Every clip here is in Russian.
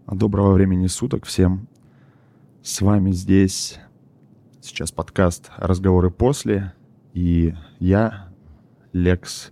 Доброго времени суток всем. С вами здесь сейчас подкаст «Разговоры после». И я, Лекс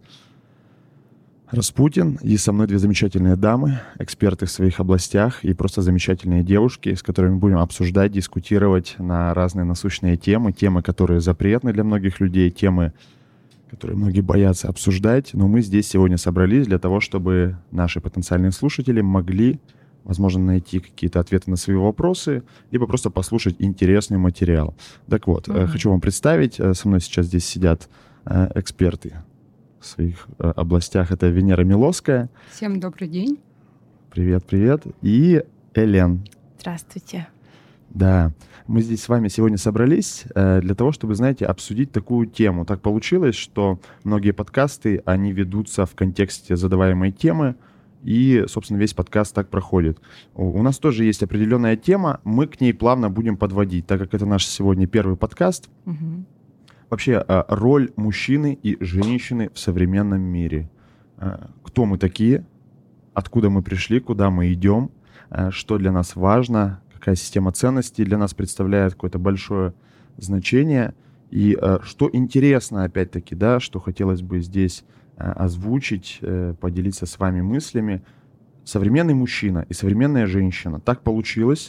Распутин, и со мной две замечательные дамы, эксперты в своих областях и просто замечательные девушки, с которыми будем обсуждать, дискутировать на разные насущные темы, которые запретны для многих людей, темы, которые многие боятся обсуждать. Но мы здесь сегодня собрались для того, чтобы наши потенциальные слушатели могли, возможно, найти какие-то ответы на свои вопросы, либо просто послушать интересный материал. Так вот, хочу вам представить, со мной сейчас здесь сидят эксперты в своих областях. Это Венера Миловская. Всем добрый день. Привет, привет. И Элен. Здравствуйте. Да, мы здесь с вами сегодня собрались для того, чтобы, знаете, обсудить такую тему. Так получилось, что многие подкасты, они ведутся в контексте задаваемой темы, и, собственно, весь подкаст так проходит. У нас тоже есть определенная тема, мы к ней плавно будем подводить, так как это наш сегодня первый подкаст. Угу. Вообще, роль мужчины и женщины в современном мире. Кто мы такие, откуда мы пришли, куда мы идем, что для нас важно, какая система ценностей для нас представляет какое-то большое значение. И что интересно, опять-таки, да, что хотелось бы здесь озвучить, поделиться с вами мыслями. Современный мужчина и современная женщина. Так получилось,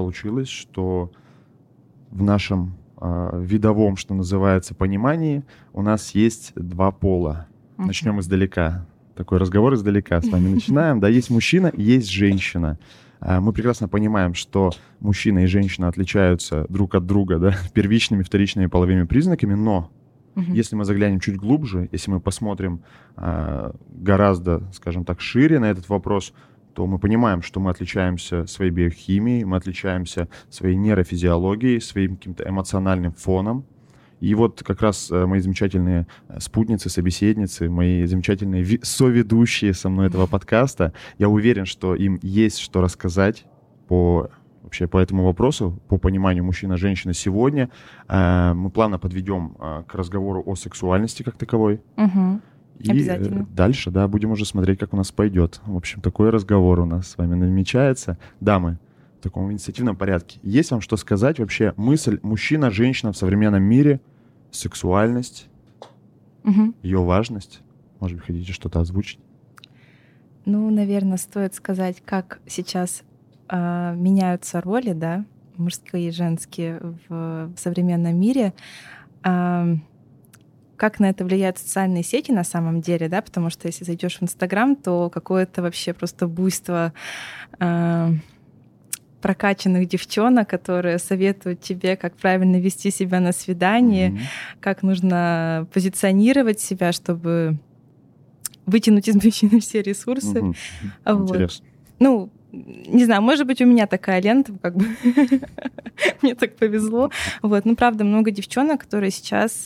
что в нашем видовом, что называется, понимании у нас есть два пола. Начнем издалека. Такой разговор издалека с вами начинаем. Да, есть мужчина, есть женщина. Мы прекрасно понимаем, что мужчина и женщина отличаются друг от друга, да, первичными, вторичными половыми признаками, но если мы заглянем чуть глубже, если мы посмотрим гораздо, скажем так, шире на этот вопрос, то мы понимаем, что мы отличаемся своей биохимией, мы отличаемся своей нейрофизиологией, своим каким-то эмоциональным фоном. И вот как раз мои замечательные спутницы, собеседницы, мои замечательные соведущие со мной этого подкаста, я уверен, что им есть что рассказать вообще по этому вопросу, по пониманию мужчина-женщина сегодня. Мы плавно подведем к разговору о сексуальности как таковой. И дальше, да, будем уже смотреть, как у нас пойдет. В общем, такой разговор у нас с вами намечается. Дамы, в таком инициативном порядке. Есть вам что сказать вообще? Мысль мужчина-женщина в современном мире, сексуальность, ее важность? Может быть, хотите что-то озвучить? Ну, наверное, стоит сказать, как сейчас меняются роли, да, мужские и женские в современном мире. Как на это влияют социальные сети на самом деле, да, потому что если зайдешь в Инстаграм, то какое-то вообще просто буйство прокачанных девчонок, которые советуют тебе, как правильно вести себя на свидании, как нужно позиционировать себя, чтобы вытянуть из мужчины все ресурсы. Интересно. Ну, не знаю, может быть, у меня такая лента, как бы мне так повезло. Вот, ну, правда, много девчонок, которые сейчас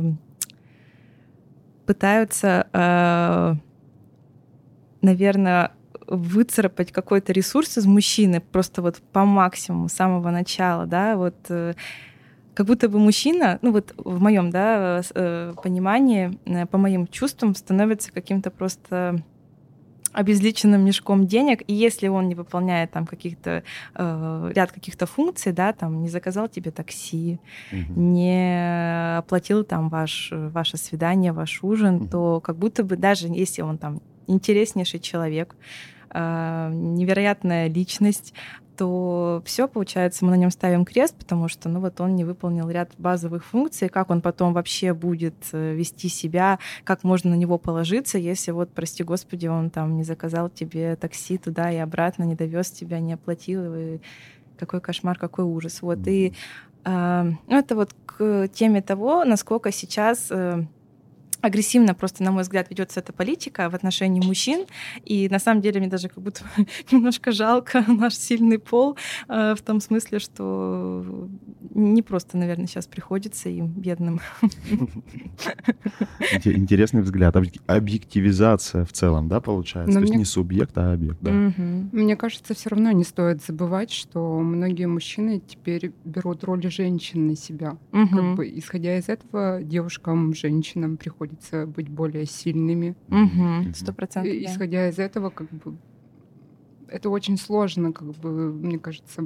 пытаются, наверное, выцарапать какой-то ресурс из мужчины просто вот по максимуму с самого начала, да, вот как будто бы мужчина, ну вот в моем, да, понимании, по моим чувствам становится каким-то просто обезличенным мешком денег, и если он не выполняет там ряд каких-то функций, да, там не заказал тебе такси, не оплатил там ваше свидание, ваш ужин, то как будто бы даже если он там интереснейший человек, невероятная личность, то все получается, мы на нем ставим крест, потому что, ну вот он не выполнил ряд базовых функций, как он потом вообще будет вести себя, как можно на него положиться, если вот, прости господи, он там не заказал тебе такси туда и обратно, не довез тебя, не оплатил, и какой кошмар, какой ужас. Вот, и это вот к теме того, насколько сейчас агрессивно просто, на мой взгляд, ведется эта политика в отношении мужчин. И на самом деле мне даже как будто немножко жалко наш сильный пол в том смысле, что не просто, наверное, сейчас приходится им, бедным. Интересный взгляд. Объективизация в целом, да, получается? То есть не субъект, а объект, да. Мне кажется, все равно не стоит забывать, что многие мужчины теперь берут роль женщин на себя. Как бы, исходя из этого, девушкам, женщинам приходится быть более сильными. 100%. Исходя из этого, как бы это очень сложно, как бы, мне кажется,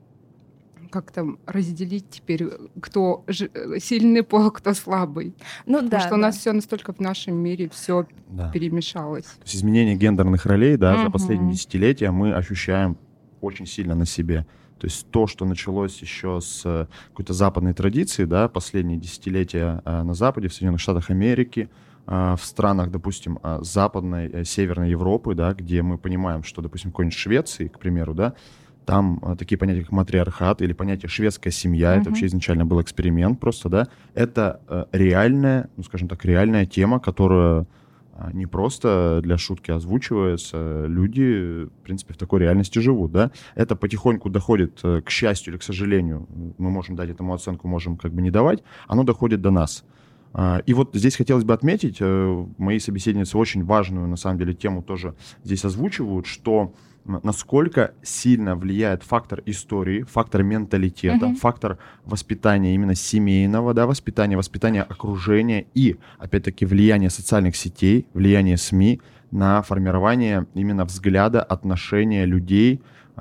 как-то разделить теперь, кто сильный пол, кто слабый. Потому что у нас все настолько в нашем мире все перемешалось. То есть изменение гендерных ролей, за последние десятилетия мы ощущаем очень сильно на себе. То есть то, что началось еще с какой-то западной традиции, последние десятилетия на Западе, в Соединенных Штатах Америки, в странах, допустим, Западной, Северной Европы, где мы понимаем, что, допустим, в какой-нибудь Швеции, к примеру, там такие понятия, как матриархат или понятие шведская семья, это вообще изначально был эксперимент просто, это реальная, скажем так, реальная тема, которая не просто для шутки озвучивается, люди, в принципе, в такой реальности живут, Это потихоньку доходит, к счастью или к сожалению, мы можем дать этому оценку, можем как бы не давать, оно доходит до нас. И вот здесь хотелось бы отметить, мои собеседницы очень важную, на самом деле, тему тоже здесь озвучивают, что насколько сильно влияет фактор истории, фактор менталитета, фактор воспитания именно семейного, воспитания окружения и, опять-таки, влияние социальных сетей, влияние СМИ на формирование именно взгляда, отношения людей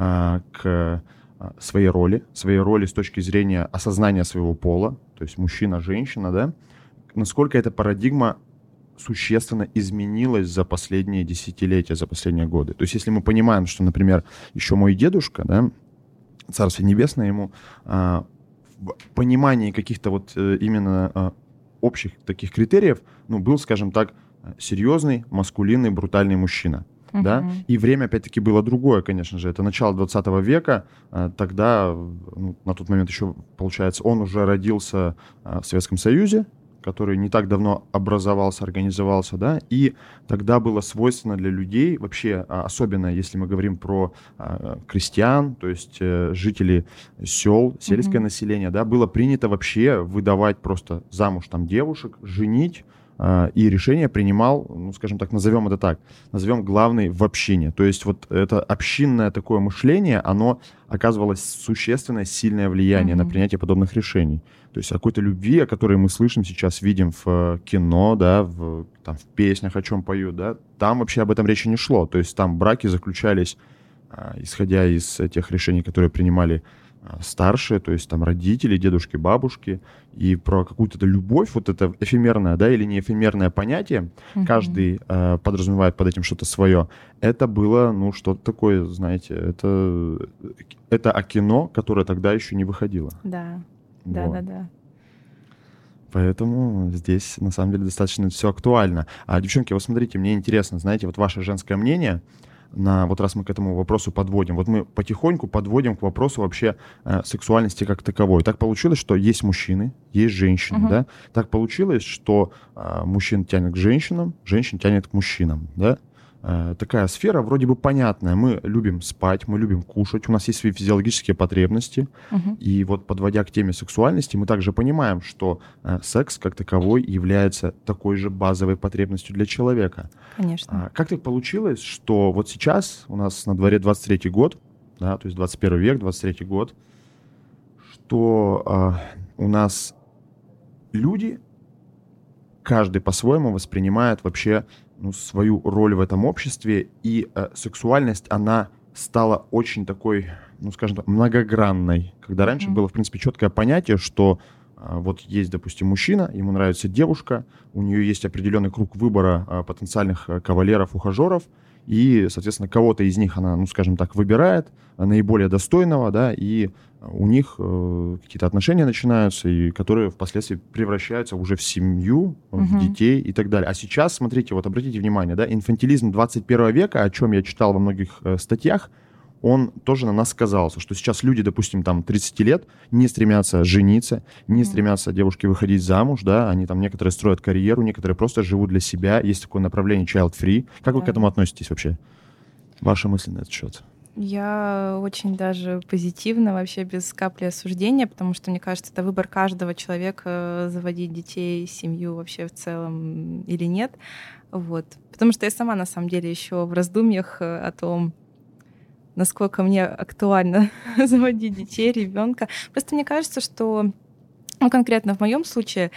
к своей роли с точки зрения осознания своего пола, то есть мужчина, женщина, насколько эта парадигма существенно изменилась за последние десятилетия, за последние годы. То есть если мы понимаем, что, например, еще мой дедушка, Царствие Небесное, ему в понимании каких-то вот именно общих таких критериев, был, скажем так, серьезный, маскулинный, брутальный мужчина. И время, опять-таки, было другое, конечно же. Это начало 20 века. Тогда, на тот момент еще, получается, он уже родился в Советском Союзе, который не так давно образовался, организовался, и тогда было свойственно для людей, вообще, особенно если мы говорим про крестьян, то есть жителей сел, сельское население, было принято вообще выдавать просто замуж там девушек, женить, и решение принимал, скажем так, назовем это так, назовем главный в общине. То есть вот это общинное такое мышление, оно оказывало существенное, сильное влияние на принятие подобных решений. То есть о какой-то любви, о которой мы слышим сейчас, видим в кино, в песнях, о чем поют, там вообще об этом речи не шло. То есть там браки заключались, исходя из тех решений, которые принимали старшие, то есть там родители, дедушки, бабушки, и про какую-то любовь, вот это эфемерное, или не эфемерное понятие, каждый подразумевает под этим что-то свое. Это было, что-то такое, знаете, это о кино, которое тогда еще не выходило. Да. Поэтому здесь, на самом деле, достаточно все актуально. Девчонки, вот смотрите, мне интересно, знаете, вот ваше женское мнение, вот раз мы к этому вопросу подводим, вот мы потихоньку подводим к вопросу вообще сексуальности как таковой. Так получилось, что есть мужчины, есть женщины, Так получилось, что мужчин тянет к женщинам, женщин тянет к мужчинам, Такая сфера вроде бы понятная. Мы любим спать, мы любим кушать, у нас есть свои физиологические потребности. И вот подводя к теме сексуальности, мы также понимаем, что секс как таковой является такой же базовой потребностью для человека. Конечно. Как так получилось, что вот сейчас у нас на дворе 23-й год, то есть 21 век, 23-й год, что у нас люди, каждый по-своему воспринимает вообще свою роль в этом обществе, и сексуальность, она стала очень такой, скажем так, многогранной. Когда раньше было, в принципе, четкое понятие, что вот есть, допустим, мужчина, ему нравится девушка, у нее есть определенный круг выбора потенциальных кавалеров, ухажеров, и, соответственно, кого-то из них она, скажем так, выбирает, наиболее достойного, и у них какие-то отношения начинаются, и которые впоследствии превращаются уже в семью, в детей и так далее. А сейчас, смотрите, вот обратите внимание, инфантилизм 21 века, о чем я читал во многих статьях, он тоже на нас сказался, что сейчас люди, допустим, 30 лет не стремятся жениться, не стремятся девушки выходить замуж, они там некоторые строят карьеру, некоторые просто живут для себя. Есть такое направление child-free. Как вы к этому относитесь вообще? Ваши мысли на этот счет? Я очень даже позитивно, вообще без капли осуждения, потому что, мне кажется, это выбор каждого человека заводить детей, семью вообще в целом или нет. Вот. Потому что я сама, на самом деле, еще в раздумьях о том, насколько мне актуально заводить детей, ребенка. Просто мне кажется, что конкретно в моем случае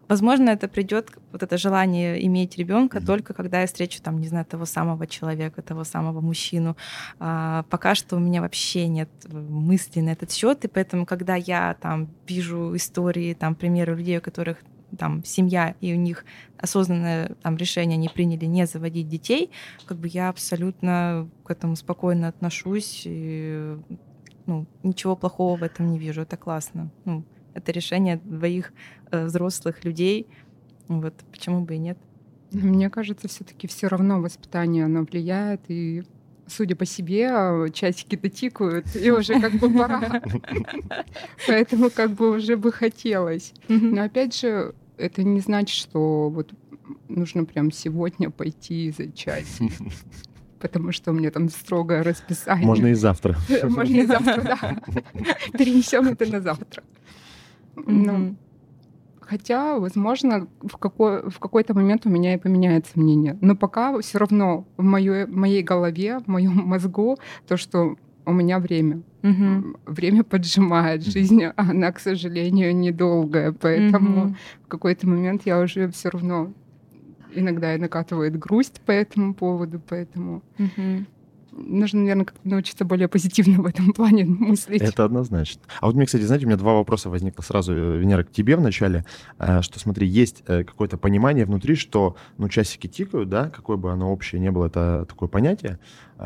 Возможно, это придет, вот это желание иметь ребенка только когда я встречу, там, не знаю, того самого человека, того самого мужчину. Пока что у меня вообще нет мыслей на этот счет, и поэтому, когда я там вижу истории, там, примеры людей, у которых там семья, и у них осознанное там решение они приняли не заводить детей, как бы я абсолютно к этому спокойно отношусь, и, ну, ничего плохого в этом не вижу, это классно. Ну, это решение двоих взрослых людей, вот почему бы и нет. Мне кажется, все-таки все равно воспитание оно влияет, и судя по себе, часики-то тикают, и уже как бы пора. Поэтому как бы уже бы хотелось. Но опять же, это не значит, что вот нужно прям сегодня пойти за часик. Потому что у меня там строгое расписание. Можно и завтра. Можно и завтра, да. Перенесем это на завтра. Ну, хотя, возможно, в какой-то момент у меня и поменяется мнение. Но пока все равно в моей голове, в моем мозгу то, что у меня время. Время поджимает. Жизнь, она, к сожалению, недолгая. Поэтому в какой-то момент я уже все равно иногда и накатывает грусть по этому поводу. Поэтому нужно, наверное, как-то научиться более позитивно в этом плане мыслить. Это однозначно. А вот мне, кстати, знаете, у меня два вопроса возникло сразу, Венера, к тебе вначале, что, смотри, есть какое-то понимание внутри, что, ну, часики тикают, да, какое бы оно общее не было, это такое понятие,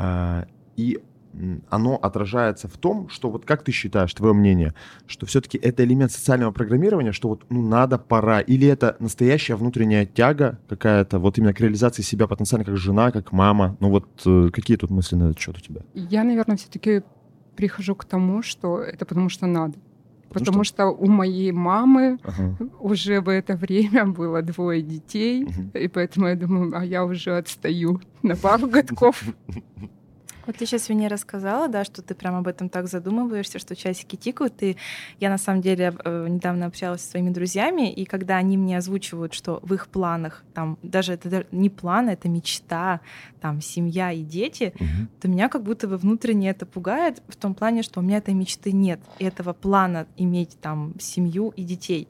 и оно отражается в том, что вот как ты считаешь, твое мнение, что все-таки это элемент социального программирования, что вот, ну, надо, пора, или это настоящая внутренняя тяга какая-то, вот именно к реализации себя потенциально как жена, как мама, ну вот какие тут мысли на этот счет у тебя? Я, наверное, все-таки прихожу к тому, что это потому что надо. Потому что у моей мамы уже в это время было 2 детей, и поэтому я думаю, а я уже отстаю на пару годков. Вот ты сейчас, Венера, рассказала, да, что ты прям об этом так задумываешься, что часики тикают. И я, на самом деле, недавно общалась со своими друзьями, и когда они мне озвучивают, что в их планах, там, даже это не планы, это мечта, там, семья и дети, то меня как будто бы внутренне это пугает в том плане, что у меня этой мечты нет, и этого плана иметь там семью и детей.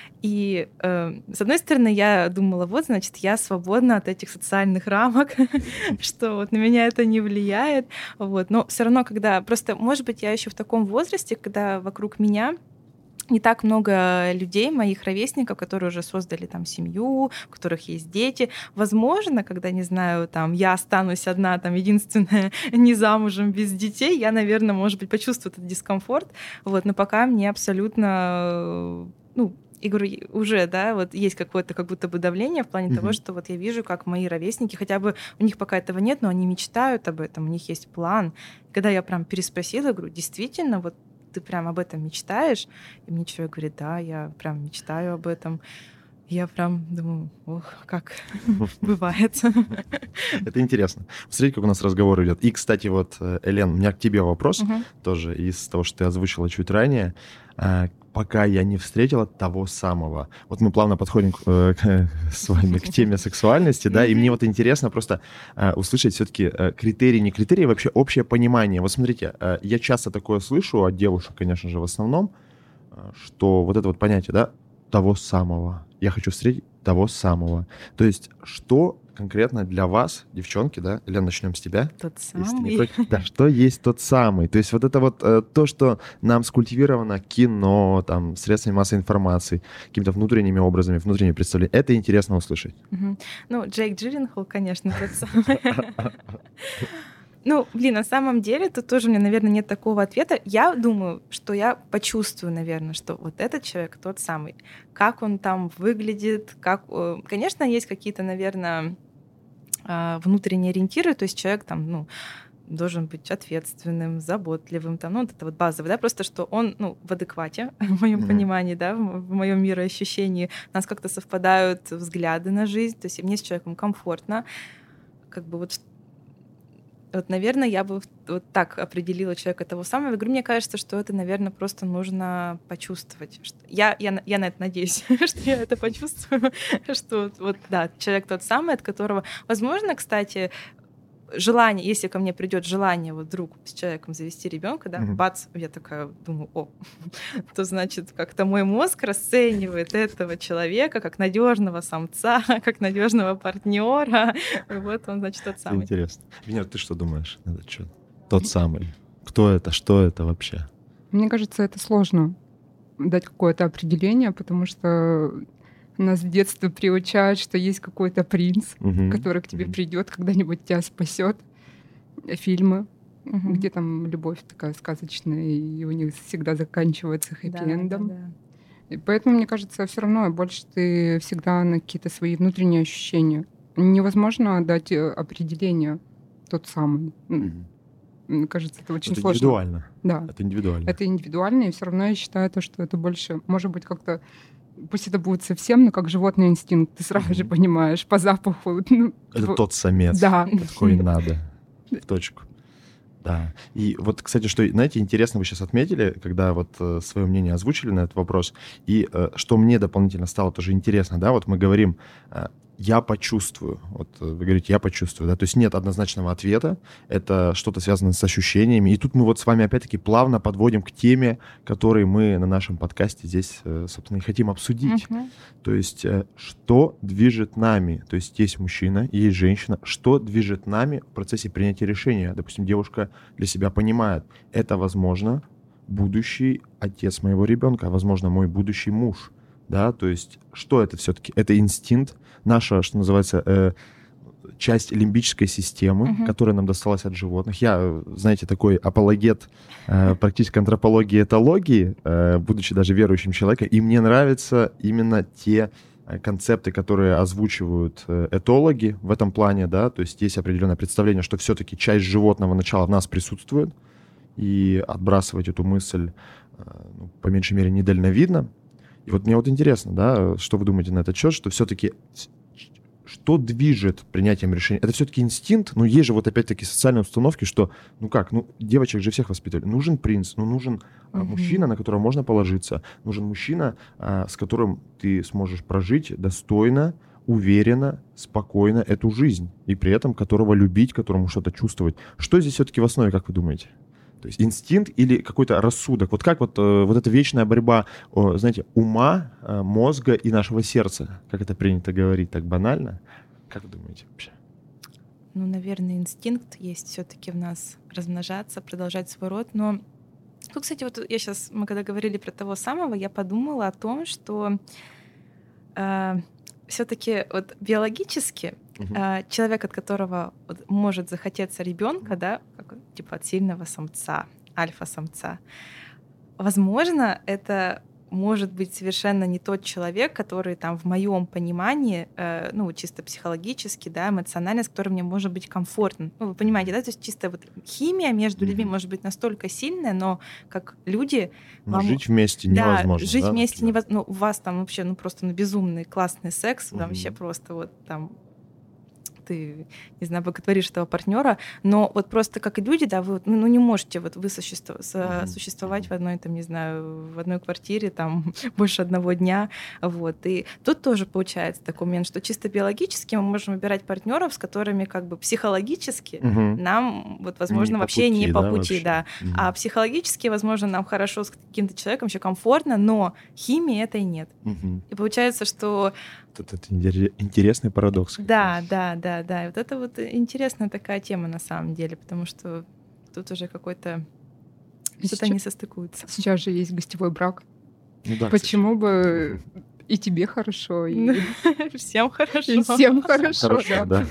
И с одной стороны, я думала, вот, значит, я свободна от этих социальных рамок, что вот на меня это не влияет. Вот. Но все равно, когда просто, может быть, я еще в таком возрасте, когда вокруг меня не так много людей, моих ровесников, которые уже создали там семью, у которых есть дети. Возможно, когда, не знаю, там я останусь одна, там единственная, не замужем, без детей, я, наверное, может быть, почувствую этот дискомфорт. Вот. Но пока мне абсолютно, ну, и говорю, уже, да, вот есть какое-то как будто бы давление в плане того, что вот я вижу, как мои ровесники, хотя бы у них пока этого нет, но они мечтают об этом, у них есть план. Когда я прям переспросила, говорю, действительно, вот ты прям об этом мечтаешь? И мне человек говорит, да, я прям мечтаю об этом. Я прям думаю, ох, как бывает. Это интересно. Смотрите, как у нас разговор идет. И, кстати, вот, Элен, у меня к тебе вопрос тоже из того, что ты озвучила чуть ранее. Пока я не встретила того самого. Вот мы плавно подходим с вами к теме сексуальности, да, и мне вот интересно просто услышать все-таки критерии, не критерии, вообще общее понимание. Вот смотрите, я часто такое слышу от девушек, конечно же, в основном, что вот это вот понятие, да, того самого. Я хочу встретить того самого. То есть что конкретно для вас, девчонки, да, Лен, начнем с тебя. Тот самый. Да, что есть тот самый. То есть вот это вот то, что нам скультивировано кино, там, средствами массовой информации, какими-то внутренними образами, внутренними представлениями. Это интересно услышать. Ну, Джейк Джилленхол, конечно, тот самый. Ну, блин, на самом деле тут тоже у меня, наверное, нет такого ответа. Я думаю, что я почувствую, наверное, что вот этот человек тот самый. Как он там выглядит, как... Конечно, есть какие-то, наверное, внутренние ориентиры, то есть человек там, ну, должен быть ответственным, заботливым, там, ну, вот это вот базовое, да, просто что он, ну, в адеквате, в моем понимании, да, в моем мироощущении, у нас как-то совпадают взгляды на жизнь, то есть мне с человеком комфортно, как бы вот, наверное, я бы вот так определила человека того самого. Я говорю, мне кажется, что это, наверное, просто нужно почувствовать. Я на это надеюсь, что я это почувствую, что вот, да, человек тот самый, от которого, возможно, кстати, желание, если ко мне придет желание вот вдруг с человеком завести ребенка, да, бац, я такая думаю, то значит, как-то мой мозг расценивает этого человека как надежного самца, как надежного партнера. Вот он, значит, тот самый. Интересно. Венера, ты что думаешь? Это что? Тот самый. Кто это? Что это вообще? Мне кажется, это сложно дать какое-то определение, потому что нас в детстве приучают, что есть какой-то принц, который к тебе придет, когда-нибудь тебя спасет. Фильмы, где там любовь такая сказочная, и у них всегда заканчивается хэппи-эндом. Да. И поэтому, мне кажется, все равно больше ты всегда на какие-то свои внутренние ощущения. Невозможно дать определение тот самый. Мне кажется, это очень сложно. Индивидуально. Да. Это индивидуально. Это индивидуально, и все равно я считаю, что это больше, может быть, как-то, пусть это будет совсем, но как животный инстинкт, ты сразу же понимаешь по запаху. Это тот самец, какой надо, в точку. Да. И вот, кстати, что, знаете, интересно вы сейчас отметили, когда вот свое мнение озвучили на этот вопрос, и что мне дополнительно стало тоже интересно, да, вот мы говорим, я почувствую, вот вы говорите, я почувствую, да, то есть нет однозначного ответа, это что-то связано с ощущениями, и тут мы вот с вами опять-таки плавно подводим к теме, которую мы на нашем подкасте здесь, собственно, и хотим обсудить. То есть что движет нами, то есть есть мужчина, есть женщина, что движет нами в процессе принятия решения. Допустим, девушка для себя понимает, это, возможно, будущий отец моего ребенка, возможно, мой будущий муж. Да, то есть что это все-таки? Это инстинкт, наша, что называется, часть лимбической системы, которая нам досталась от животных. Я, знаете, такой апологет практической антропологии и этологии, будучи даже верующим человеком, и мне нравятся именно те концепты, которые озвучивают этологи в этом плане, да, то есть есть определенное представление, что все-таки часть животного начала в нас присутствует, и отбрасывать эту мысль, по меньшей мере, недальновидно. И вот мне вот интересно, да, что вы думаете на этот счет, что все-таки что движет принятием решения? Это все-таки инстинкт, но есть же вот опять-таки социальные установки, что, девочек же всех воспитывали. Нужен принц, нужен мужчина, на которого можно положиться, нужен мужчина, с которым ты сможешь прожить достойно, уверенно, спокойно эту жизнь, и при этом которого любить, которому что-то чувствовать. Что здесь все-таки в основе, как вы думаете? То есть инстинкт или какой-то рассудок? Вот как вот эта вечная борьба, знаете, ума, мозга и нашего сердца, как это принято говорить так банально? Как вы думаете вообще? Наверное, инстинкт есть все-таки в нас размножаться, продолжать свой род. Но тут, кстати, вот мы когда говорили про того самого, я подумала о том, что все-таки вот биологически человек, от которого может захотеться ребенка, да, типа от сильного самца, альфа-самца, возможно, это может быть совершенно не тот человек, который там в моем понимании, чисто психологически, да, эмоционально, с которым мне может быть комфортно. Вы понимаете, да, то есть чисто вот химия между людьми может быть настолько сильная, но как люди... жить вместе невозможно. Да, жить вместе невозможно. У вас там вообще, просто безумный классный секс, вообще просто вот там ты, не знаю, боготворишь этого партнера, но вот просто как и люди, да, вы не можете вы существовать в одной, там, не знаю, в одной квартире там больше одного дня, вот. И тут тоже получается такой момент, что чисто биологически мы можем выбирать партнеров, с которыми как бы психологически нам, возможно, вообще не по пути, да. А психологически, возможно, нам хорошо с каким-то человеком, еще комфортно, но химии этой нет. И получается, что это интересный парадокс. Да. И вот это вот интересная такая тема на самом деле, потому что тут уже какой-то что-то не состыкуется. Сейчас же есть гостевой брак. Да, почему бы и тебе хорошо, и всем хорошо. И всем хорошо, да.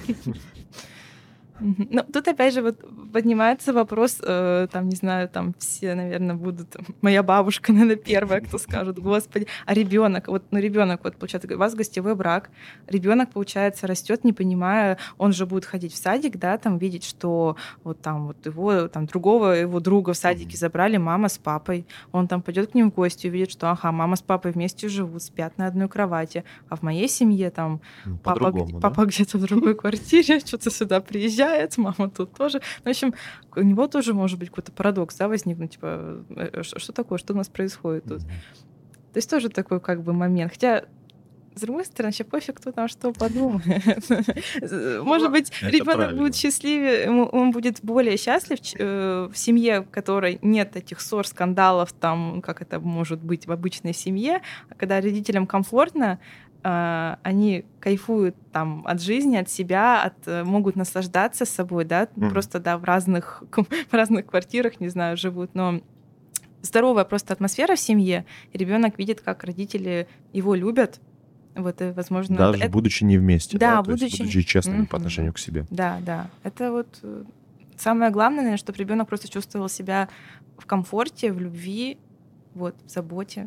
Ну, тут опять же поднимается вопрос, там, не знаю, там все, наверное, будут... Моя бабушка, наверное, первая, кто скажет, господи, а ребенок, получается, у вас гостевой брак, ребенок, получается, растет, не понимая, он же будет ходить в садик, да, там видеть, что его, там, другого его друга в садике забрали мама с папой, он там пойдет к ним в гости, увидит, что, мама с папой вместе живут, спят на одной кровати, а в моей семье там папа где-то в другой квартире, что-то сюда приезжает, мама тут тоже. В общем, у него тоже может быть какой-то парадокс, да, возникнуть, типа, что такое, что у нас происходит тут? То есть тоже такой как бы момент. Хотя с другой стороны, вообще пофиг, кто там что подумает. Может быть, ребенок будет счастливее, он будет более счастлив в семье, в которой нет этих ссор, скандалов, там, как это может быть в обычной семье, когда родителям комфортно, они кайфуют там от жизни, от себя, могут наслаждаться собой, да, просто, да, в разных квартирах, не знаю, живут, но здоровая просто атмосфера в семье, и ребенок видит, как родители его любят. Вот, и, возможно, даже будучи не вместе, да, будучи честными по отношению к себе. Да, да. Это вот самое главное, наверное, чтобы ребенок просто чувствовал себя в комфорте, в любви, вот, в заботе.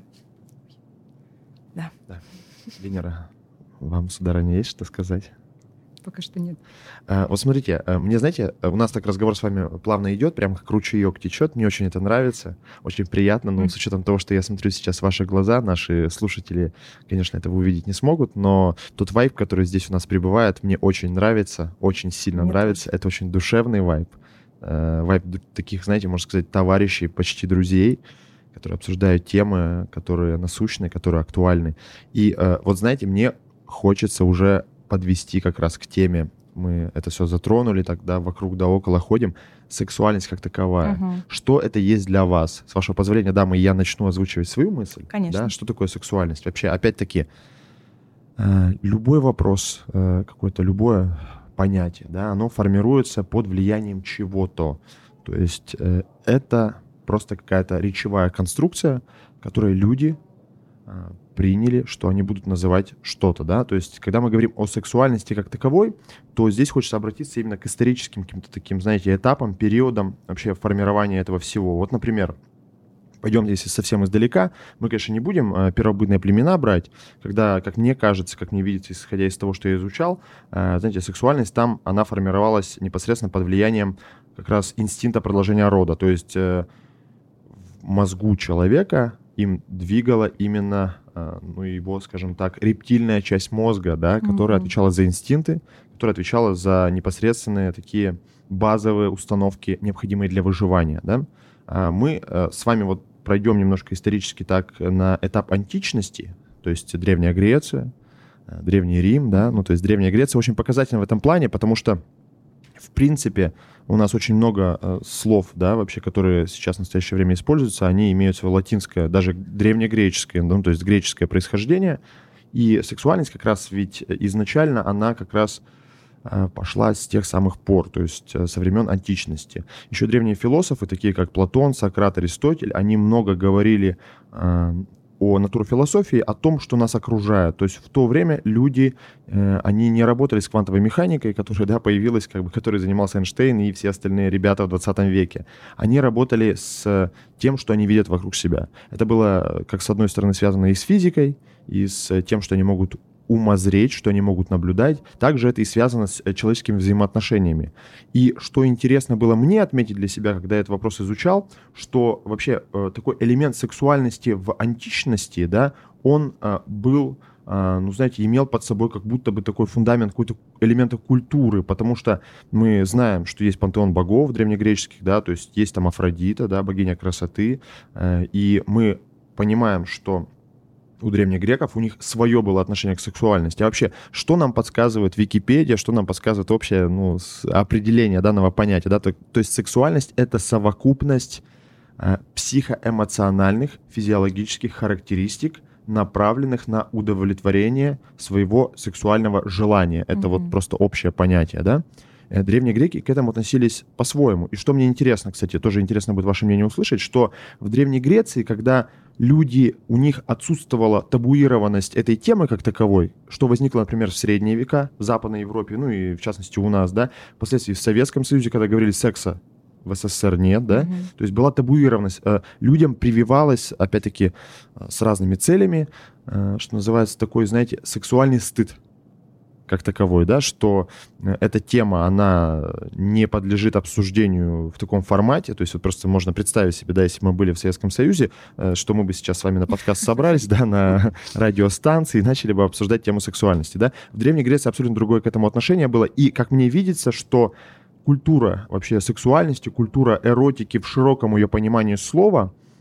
Да. Венера, вам, сударыня, есть что сказать? Пока что нет. Вот смотрите, мне, знаете, у нас так разговор с вами плавно идет, прям как ручеёк течет, мне очень это нравится, очень приятно, но с учетом того, что я смотрю сейчас в ваши глаза, наши слушатели, конечно, этого увидеть не смогут, но тот вайб, который здесь у нас пребывает, мне очень нравится, очень сильно нравится, это очень душевный вайб, вайб таких, знаете, можно сказать, товарищей, почти друзей, которые обсуждают темы, которые насущны, которые актуальны. И вот, знаете, мне хочется уже подвести как раз к теме, мы это все затронули, тогда вокруг да около ходим, сексуальность как таковая. Что это есть для вас? С вашего позволения, дамы, я начну озвучивать свою мысль. Конечно. Да? Что такое сексуальность? Вообще, опять-таки, любой вопрос, какое-то любое понятие, да, оно формируется под влиянием чего-то. То есть это просто какая-то речевая конструкция, которой люди приняли, что они будут называть что-то, да, то есть, когда мы говорим о сексуальности как таковой, то здесь хочется обратиться именно к историческим каким-то таким, знаете, этапам, периодам вообще формирования этого всего. Вот, например, пойдем здесь совсем издалека, мы, конечно, не будем первобытные племена брать, когда, как мне кажется, как мне видится, исходя из того, что я изучал, знаете, сексуальность там, она формировалась непосредственно под влиянием как раз инстинкта продолжения рода, то есть в мозгу человека им двигала именно, ну, его, скажем так, рептильная часть мозга, да, которая отвечала за инстинкты, которая отвечала за непосредственные такие базовые установки, необходимые для выживания, да. Мы с вами вот пройдем немножко исторически так на этап античности, то есть Древняя Греция, Древний Рим, да, ну, то есть Древняя Греция очень показательна в этом плане, потому что, в принципе, у нас очень много слов, да, вообще, которые сейчас в настоящее время используются, они имеют свое латинское, даже древнегреческое, ну, то есть греческое происхождение, и сексуальность как раз ведь изначально, она как раз пошла с тех самых пор, то есть со времен античности. Еще древние философы, такие как Платон, Сократ, Аристотель, они много говорили о натурфилософии, о том, что нас окружает. То есть в то время люди, они не работали с квантовой механикой, которая, да, появилась, как бы, которой занимался Эйнштейн и все остальные ребята в 20 веке. Они работали с тем, что они видят вокруг себя. Это было, как с одной стороны, связано и с физикой, и с тем, что они могут умозреть, что они могут наблюдать. Также это и связано с человеческими взаимоотношениями. И что интересно было мне отметить для себя, когда я этот вопрос изучал, что вообще такой элемент сексуальности в античности, да, он был, ну, знаете, имел под собой как будто бы такой фундамент какой-то элемента культуры, потому что мы знаем, что есть пантеон богов древнегреческих, да, то есть есть там Афродита, да, богиня красоты, и мы понимаем, что у древних греков у них свое было отношение к сексуальности. А вообще, что нам подсказывает Википедия, что нам подсказывает общее, ну, определение данного понятия? Да? То есть сексуальность — это совокупность психоэмоциональных, физиологических характеристик, направленных на удовлетворение своего сексуального желания. Это вот просто общее понятие, да? Древние греки к этому относились по-своему. И что мне интересно, кстати, тоже интересно будет ваше мнение услышать, что в Древней Греции, когда люди, у них отсутствовала табуированность этой темы как таковой, что возникло, например, в средние века, в Западной Европе, ну и в частности у нас, да, впоследствии в Советском Союзе, когда говорили секса в СССР нет, да, то есть была табуированность. Людям прививалось, опять-таки, с разными целями, что называется такой, знаете, сексуальный стыд как таковой, да, что эта тема, она не подлежит обсуждению в таком формате, то есть вот просто можно представить себе, да, если бы мы были в Советском Союзе, что мы бы сейчас с вами на подкаст собрались, да, на радиостанции и начали бы обсуждать тему сексуальности, да. В Древней Греции абсолютно другое к этому отношение было, и, как мне видится, что культура вообще сексуальности, культура эротики в широком ее понимании слова,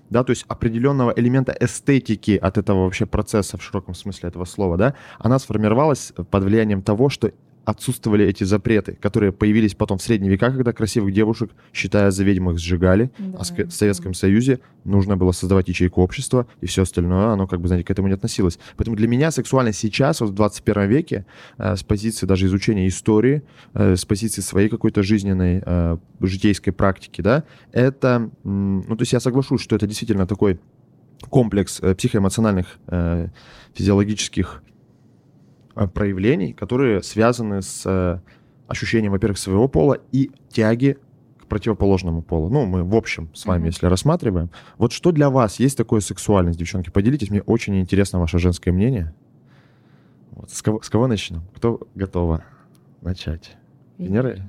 да, то есть определенного элемента эстетики от этого вообще процесса в широком смысле этого слова, да, она сформировалась под влиянием того, что отсутствовали эти запреты, которые появились потом в средние века, когда красивых девушек, считая за ведьм, их сжигали, а в Советском Союзе нужно было создавать ячейку общества, и все остальное, оно, как бы, знаете, к этому не относилось. Поэтому для меня сексуальность сейчас, вот в 21 веке, с позиции даже изучения истории, с позиции своей какой-то жизненной, житейской практики, да, это, ну, то есть я соглашусь, что это действительно такой комплекс психоэмоциональных, физиологических проявлений, которые связаны с ощущением, во-первых, своего пола и тяги к противоположному полу. Ну, мы в общем с вами, если рассматриваем. Вот что для вас есть такое сексуальность, девчонки? Поделитесь, мне очень интересно ваше женское мнение. Вот. С кого начнем? Кто готова начать? Венера?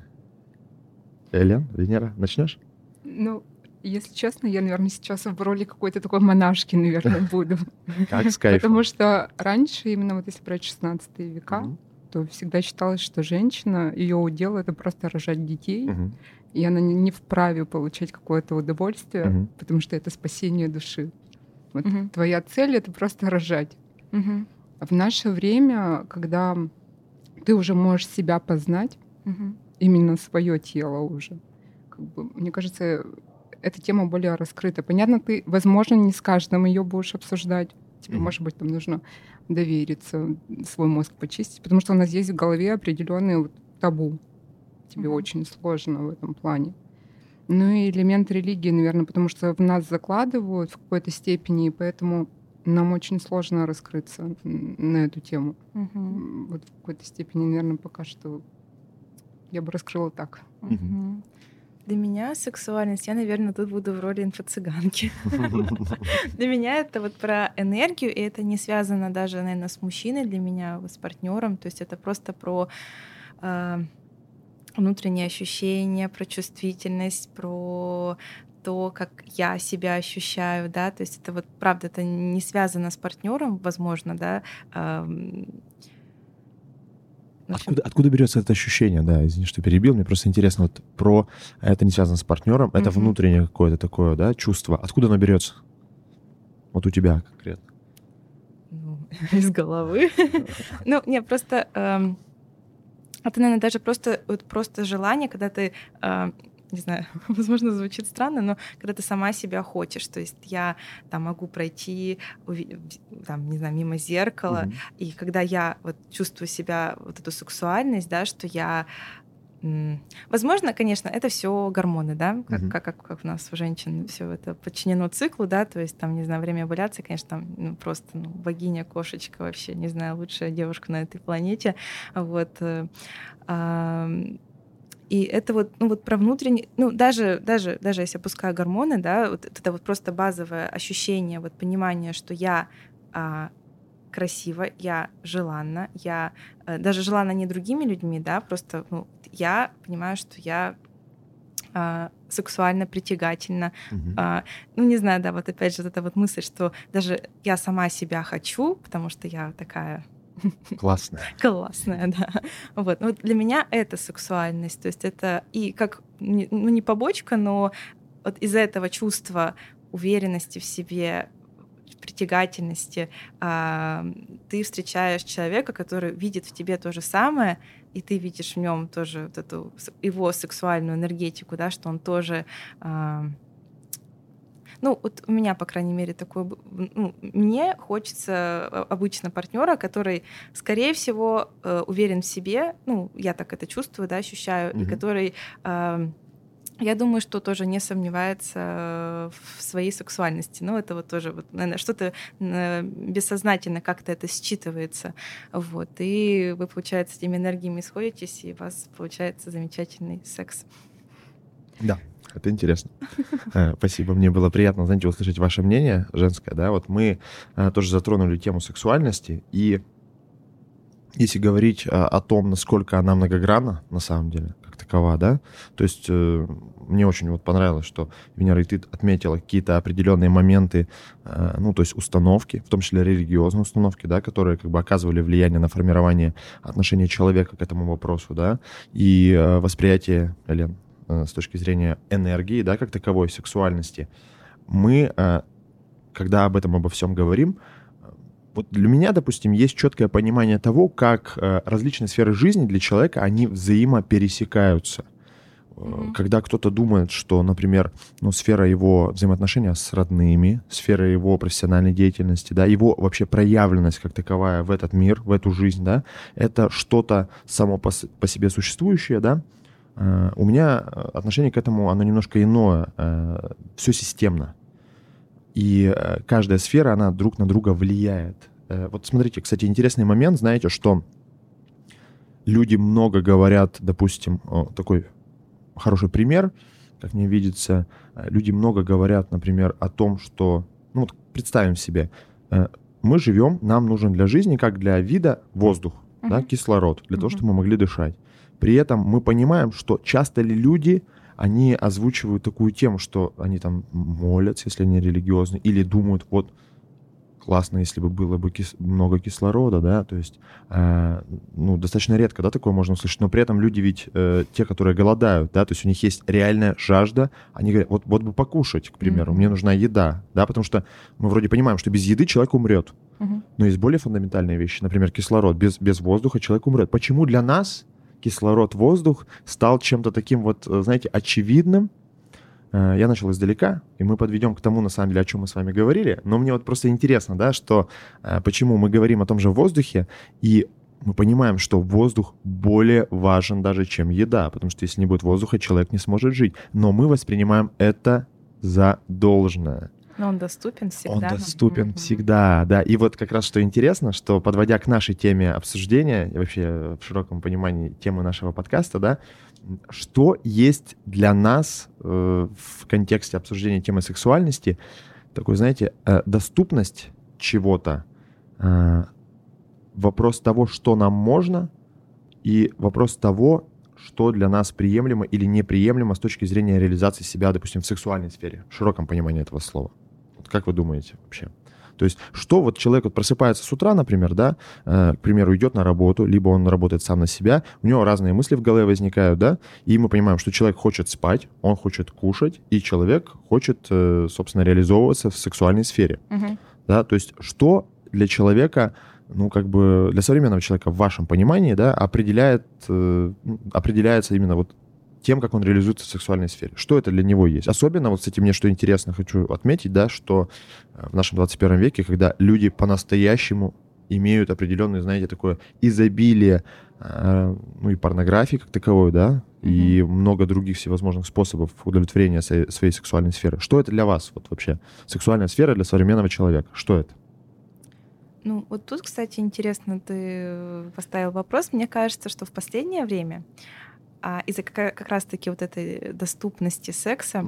Элен, Венера, начнешь? Ну, если честно, я, наверное, сейчас в роли какой-то такой монашки, наверное, буду. Как с кайфом. Потому что раньше, именно вот если брать 16 века, то всегда считалось, что женщина, ее удел — это просто рожать детей, и она не вправе получать какое-то удовольствие, потому что это спасение души. Вот твоя цель — это просто рожать. А в наше время, когда ты уже можешь себя познать, именно свое тело уже, как бы, мне кажется, эта тема более раскрыта. Понятно, ты, возможно, не с каждым ее будешь обсуждать. Тебе, может быть, там нужно довериться, свой мозг почистить, потому что у нас есть в голове определенные вот табу. Тебе очень сложно в этом плане. Ну и элемент религии, наверное, потому что в нас закладывают в какой-то степени, и поэтому нам очень сложно раскрыться на эту тему. Вот в какой-то степени, наверное, пока что я бы раскрыла так. Для меня сексуальность, я, наверное, тут буду в роли инфо-цыганки. Для меня это вот про энергию, и это не связано даже, наверное, с мужчиной, для меня с партнером. То есть это просто про внутренние ощущения, про чувствительность, про то, как я себя ощущаю, да, то есть это вот, правда, это не связано с партнером, возможно, да. Откуда берется это ощущение? Да, извини, что перебил. Мне просто интересно, вот про это не связано с партнером, это внутреннее какое-то такое, да, чувство. Откуда оно берется? Вот у тебя конкретно. Ну, из головы. Ну, не, просто это, наверное, даже просто желание, когда ты, не знаю, возможно, звучит странно, но когда ты сама себя хочешь, то есть я там могу пройти, там, не знаю, мимо зеркала, и когда я вот чувствую себя, вот эту сексуальность, да, что я... Возможно, конечно, это все гормоны, да, как у нас у женщин все это подчинено циклу, да, то есть там, не знаю, время овуляции, конечно, там просто богиня, кошечка вообще, не знаю, лучшая девушка на этой планете, вот. И это вот, ну вот про внутренний, ну даже если опускаю гормоны, да, вот это вот просто базовое ощущение, вот понимание, что я красива, я желанна, я даже желанна не другими людьми, да, просто ну, я понимаю, что я сексуально притягательна. Ну, не знаю, да, вот опять же вот эта вот мысль, что даже я сама себя хочу, потому что я такая... Классная. Классная, да. Вот. Ну, вот для меня это сексуальность. То есть это и как, ну, не побочка, но вот из-за этого чувства уверенности в себе, притягательности, ты встречаешь человека, который видит в тебе то же самое, и ты видишь в нем тоже вот эту его сексуальную энергетику, да, что он тоже... Ну, вот у меня, по крайней мере, такое... Ну, мне хочется обычно партнера, который, скорее всего, уверен в себе, ну, я так это чувствую, да, ощущаю, и который... Я думаю, что тоже не сомневается в своей сексуальности. Ну, это вот тоже, вот, наверное, что-то бессознательно как-то это считывается. Вот. И вы, получается, с этими энергиями сходитесь, и у вас получается замечательный секс. Да, это интересно. Спасибо. Мне было приятно, знаете, услышать ваше мнение женское. Да? Вот мы тоже затронули тему сексуальности, и если говорить о том, насколько она многогранна на самом деле, как такова, да, то есть мне очень вот понравилось, что, Венера, и ты отметила какие-то определенные моменты, ну, то есть установки, в том числе религиозные установки, да, которые как бы оказывали влияние на формирование отношения человека к этому вопросу, да, и восприятие, Элен, с точки зрения энергии, да, как таковой, сексуальности. мы, когда об этом обо всем говорим, вот для меня, допустим, есть четкое понимание того, как различные сферы жизни для человека, они взаимопересекаются. Когда кто-то думает, что, например, сфера его взаимоотношения с родными, сфера его профессиональной деятельности, да, его вообще проявленность как таковая в этот мир, в эту жизнь, да, это что-то само по себе существующее, да, у меня отношение к этому, оно немножко иное, все системно. И каждая сфера, она друг на друга влияет. Вот смотрите, кстати, интересный момент, знаете, что люди много говорят, допустим, такой хороший пример, как мне видится, люди много говорят, например, о том, что, вот представим себе, мы живем, нам нужен для жизни, как для вида, воздух, да, кислород, для того, чтобы мы могли дышать. При этом мы понимаем, что часто ли люди, они озвучивают такую тему, что они там молятся, если они религиозны, или думают, вот, классно, если бы было бы много кислорода, да, то есть, достаточно редко, да, такое можно услышать, но при этом люди ведь те, которые голодают, да, то есть у них есть реальная жажда, они говорят, вот бы покушать, к примеру, мне нужна еда, да, потому что мы вроде понимаем, что без еды человек умрет, но есть более фундаментальные вещи, например, кислород, без воздуха человек умрет. Почему для нас кислород, воздух стал чем-то таким вот, знаете, очевидным? Я начал издалека, и мы подведем к тому, на самом деле, о чем мы с вами говорили. Но мне вот просто интересно, да, что почему мы говорим о том же воздухе, и мы понимаем, что воздух более важен даже, чем еда, потому что если не будет воздуха, человек не сможет жить. Но мы воспринимаем это за должное. Но он доступен всегда. Он доступен всегда, да. И вот как раз что интересно, что подводя к нашей теме обсуждения, и вообще в широком понимании темы нашего подкаста, да, что есть для нас в контексте обсуждения темы сексуальности, такой, знаете, доступность чего-то, вопрос того, что нам можно, и вопрос того, что для нас приемлемо или неприемлемо с точки зрения реализации себя, допустим, в сексуальной сфере, в широком понимании этого слова. Вот как вы думаете вообще? То есть что вот человек вот просыпается с утра, например, да, к примеру, идет на работу, либо он работает сам на себя, у него разные мысли в голове возникают, да, и мы понимаем, что человек хочет спать, он хочет кушать, и человек хочет, собственно, реализовываться в сексуальной сфере, да, то есть что для человека, для современного человека в вашем понимании, да, определяется именно вот тем, как он реализуется в сексуальной сфере. Что это для него есть? Особенно, вот, кстати, мне что интересно, хочу отметить, да, что в нашем 21 веке, когда люди по-настоящему имеют определенное, знаете, такое изобилие, и порнографии как таковой, да, и много других всевозможных способов удовлетворения своей сексуальной сферы. Что это для вас вот вообще? Сексуальная сфера для современного человека. Что это? Вот тут, кстати, интересно, ты поставил вопрос. Мне кажется, что в последнее время из-за как раз-таки вот этой доступности секса,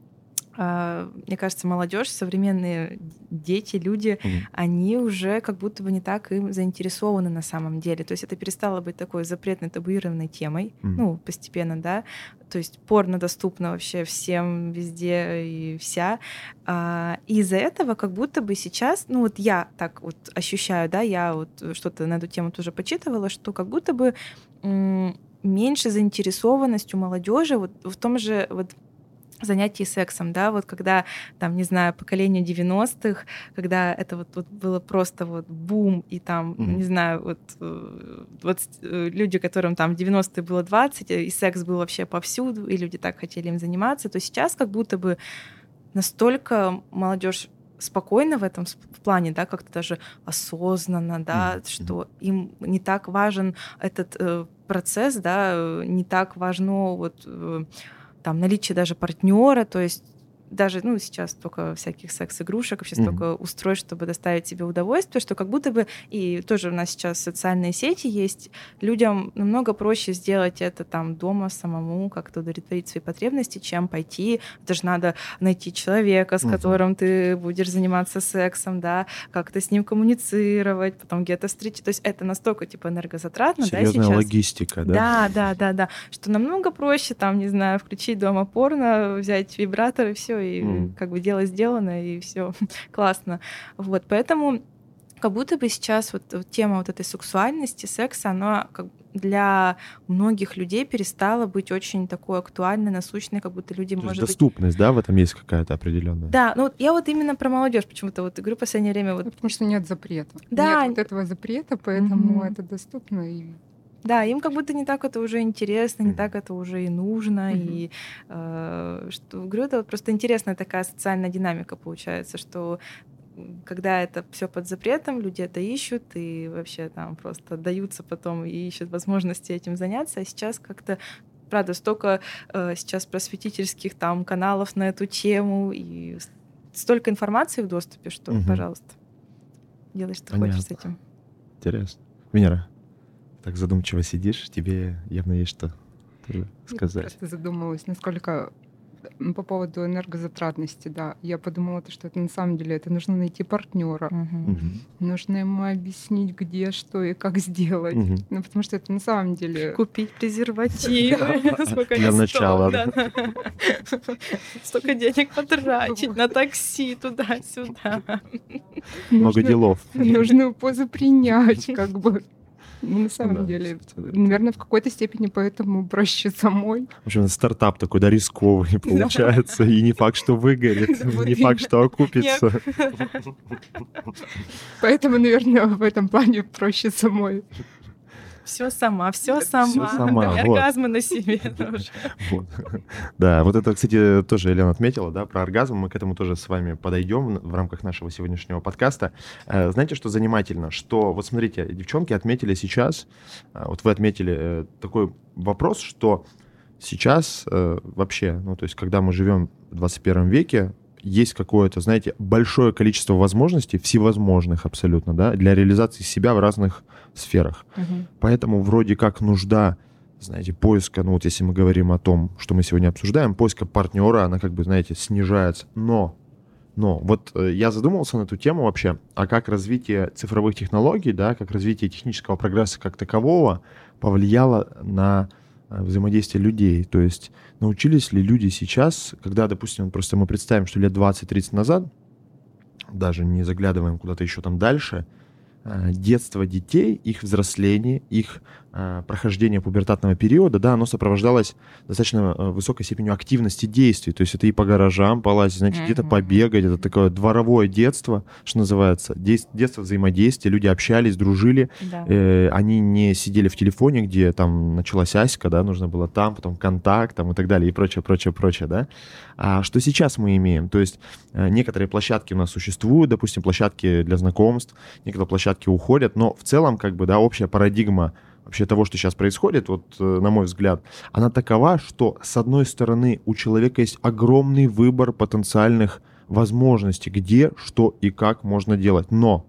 мне кажется, молодежь, современные дети, люди, они уже как будто бы не так им заинтересованы на самом деле. То есть это перестало быть такой запретной, табуированной темой, постепенно, да. То есть порно доступно вообще всем, везде и вся. И из-за этого как будто бы сейчас, я так вот ощущаю, да, я вот что-то на эту тему тоже почитывала, что как будто бы меньше заинтересованность у молодежи вот в том же вот занятии сексом, да, вот когда, там, не знаю, поколение 90-х, когда это вот было просто вот бум, и там, не знаю, вот люди, которым там в 90-е было 20, и секс был вообще повсюду, и люди так хотели им заниматься, то сейчас как будто бы настолько молодежь спокойно в этом в плане, да, как-то даже осознанно, да, что им не так важен этот процесс, да, не так важно вот там наличие даже партнера, то есть даже, сейчас столько всяких секс-игрушек, вообще столько устройств, чтобы доставить себе удовольствие, что как будто бы, и тоже у нас сейчас социальные сети есть, людям намного проще сделать это там дома самому, как-то удовлетворить свои потребности, чем пойти, это же надо найти человека, с которым ты будешь заниматься сексом, да, как-то с ним коммуницировать, потом где-то встречать, то есть это настолько, энергозатратно, серьезная, да, сейчас. Логистика, да? Да, что намного проще, там, не знаю, включить дома порно, взять вибратор и все, и как бы дело сделано, и все классно. Вот, поэтому как будто бы сейчас вот тема вот этой сексуальности, секса, она для многих людей перестала быть очень такой актуальной, насущной, как будто люди, может быть... доступность, да, в этом есть какая-то определенная? Да, ну вот я вот именно про молодежь почему-то вот говорю в последнее время. Вот... Потому что нет запрета. Да. Нет вот этого запрета, поэтому это доступно. И... Да, им как будто не так это уже интересно, не так это уже и нужно. И что, говорю, это просто интересная такая социальная динамика получается, что когда это все под запретом, люди это ищут и вообще там просто отдаются потом и ищут возможности этим заняться. А сейчас как-то, правда, столько сейчас просветительских там каналов на эту тему и столько информации в доступе, что, пожалуйста, делай, что хочешь с этим. Интересно. Венера, так задумчиво сидишь, тебе явно есть что сказать. Я просто задумалась, насколько по поводу энергозатратности, да. Я подумала, что это на самом деле это нужно найти партнера. Нужно ему объяснить, где, что и как сделать. Ну, потому что это на самом деле... Купить презерватив. Для начала. Столько денег потратить на такси туда-сюда. Много делов. Нужную позу принять, как бы. На самом деле, наверное, в какой-то степени поэтому проще самой. В общем, стартап такой, да, рисковый получается, и не факт, что выгорит, не факт, что окупится. Поэтому, наверное, в этом плане проще самой. Все сама. Оргазмы на себе тоже. Да, вот это, кстати, тоже Елена отметила, да, про оргазм. Мы к этому тоже с вами подойдем в рамках нашего сегодняшнего подкаста. Знаете, что занимательно? Что, вот смотрите, девчонки отметили сейчас, вот вы отметили такой вопрос, что сейчас вообще, ну, то есть, когда мы живем в 21 веке, есть какое-то, знаете, большое количество возможностей, всевозможных абсолютно, да, для реализации себя в разных сферах. Поэтому вроде как нужда, знаете, поиска, ну вот если мы говорим о том, что мы сегодня обсуждаем, поиска партнера, она как бы, знаете, снижается. Но вот я задумался на эту тему вообще, а как развитие цифровых технологий, да, как развитие технического прогресса как такового повлияло на взаимодействие людей. То есть научились ли люди сейчас, когда, допустим, просто мы представим, что лет 20-30 назад, даже не заглядываем куда-то еще там дальше, детство детей, их взросление, их прохождение пубертатного периода, да, оно сопровождалось достаточно высокой степенью активности действий. То есть это и по гаражам полазить, знаете, где-то побегать. Это такое дворовое детство, что называется. Детство взаимодействия. Люди общались, дружили. Да. Они не сидели в телефоне, где там началась аська, да, нужно было там, потом контакт там, и так далее, и прочее, да. А что сейчас мы имеем? То есть некоторые площадки у нас существуют, допустим, площадки для знакомств, некоторые площадки уходят, но в целом, как бы, да, общая парадигма вообще того, что сейчас происходит, вот на мой взгляд, она такова, что с одной стороны у человека есть огромный выбор потенциальных возможностей, где, что и как можно делать, но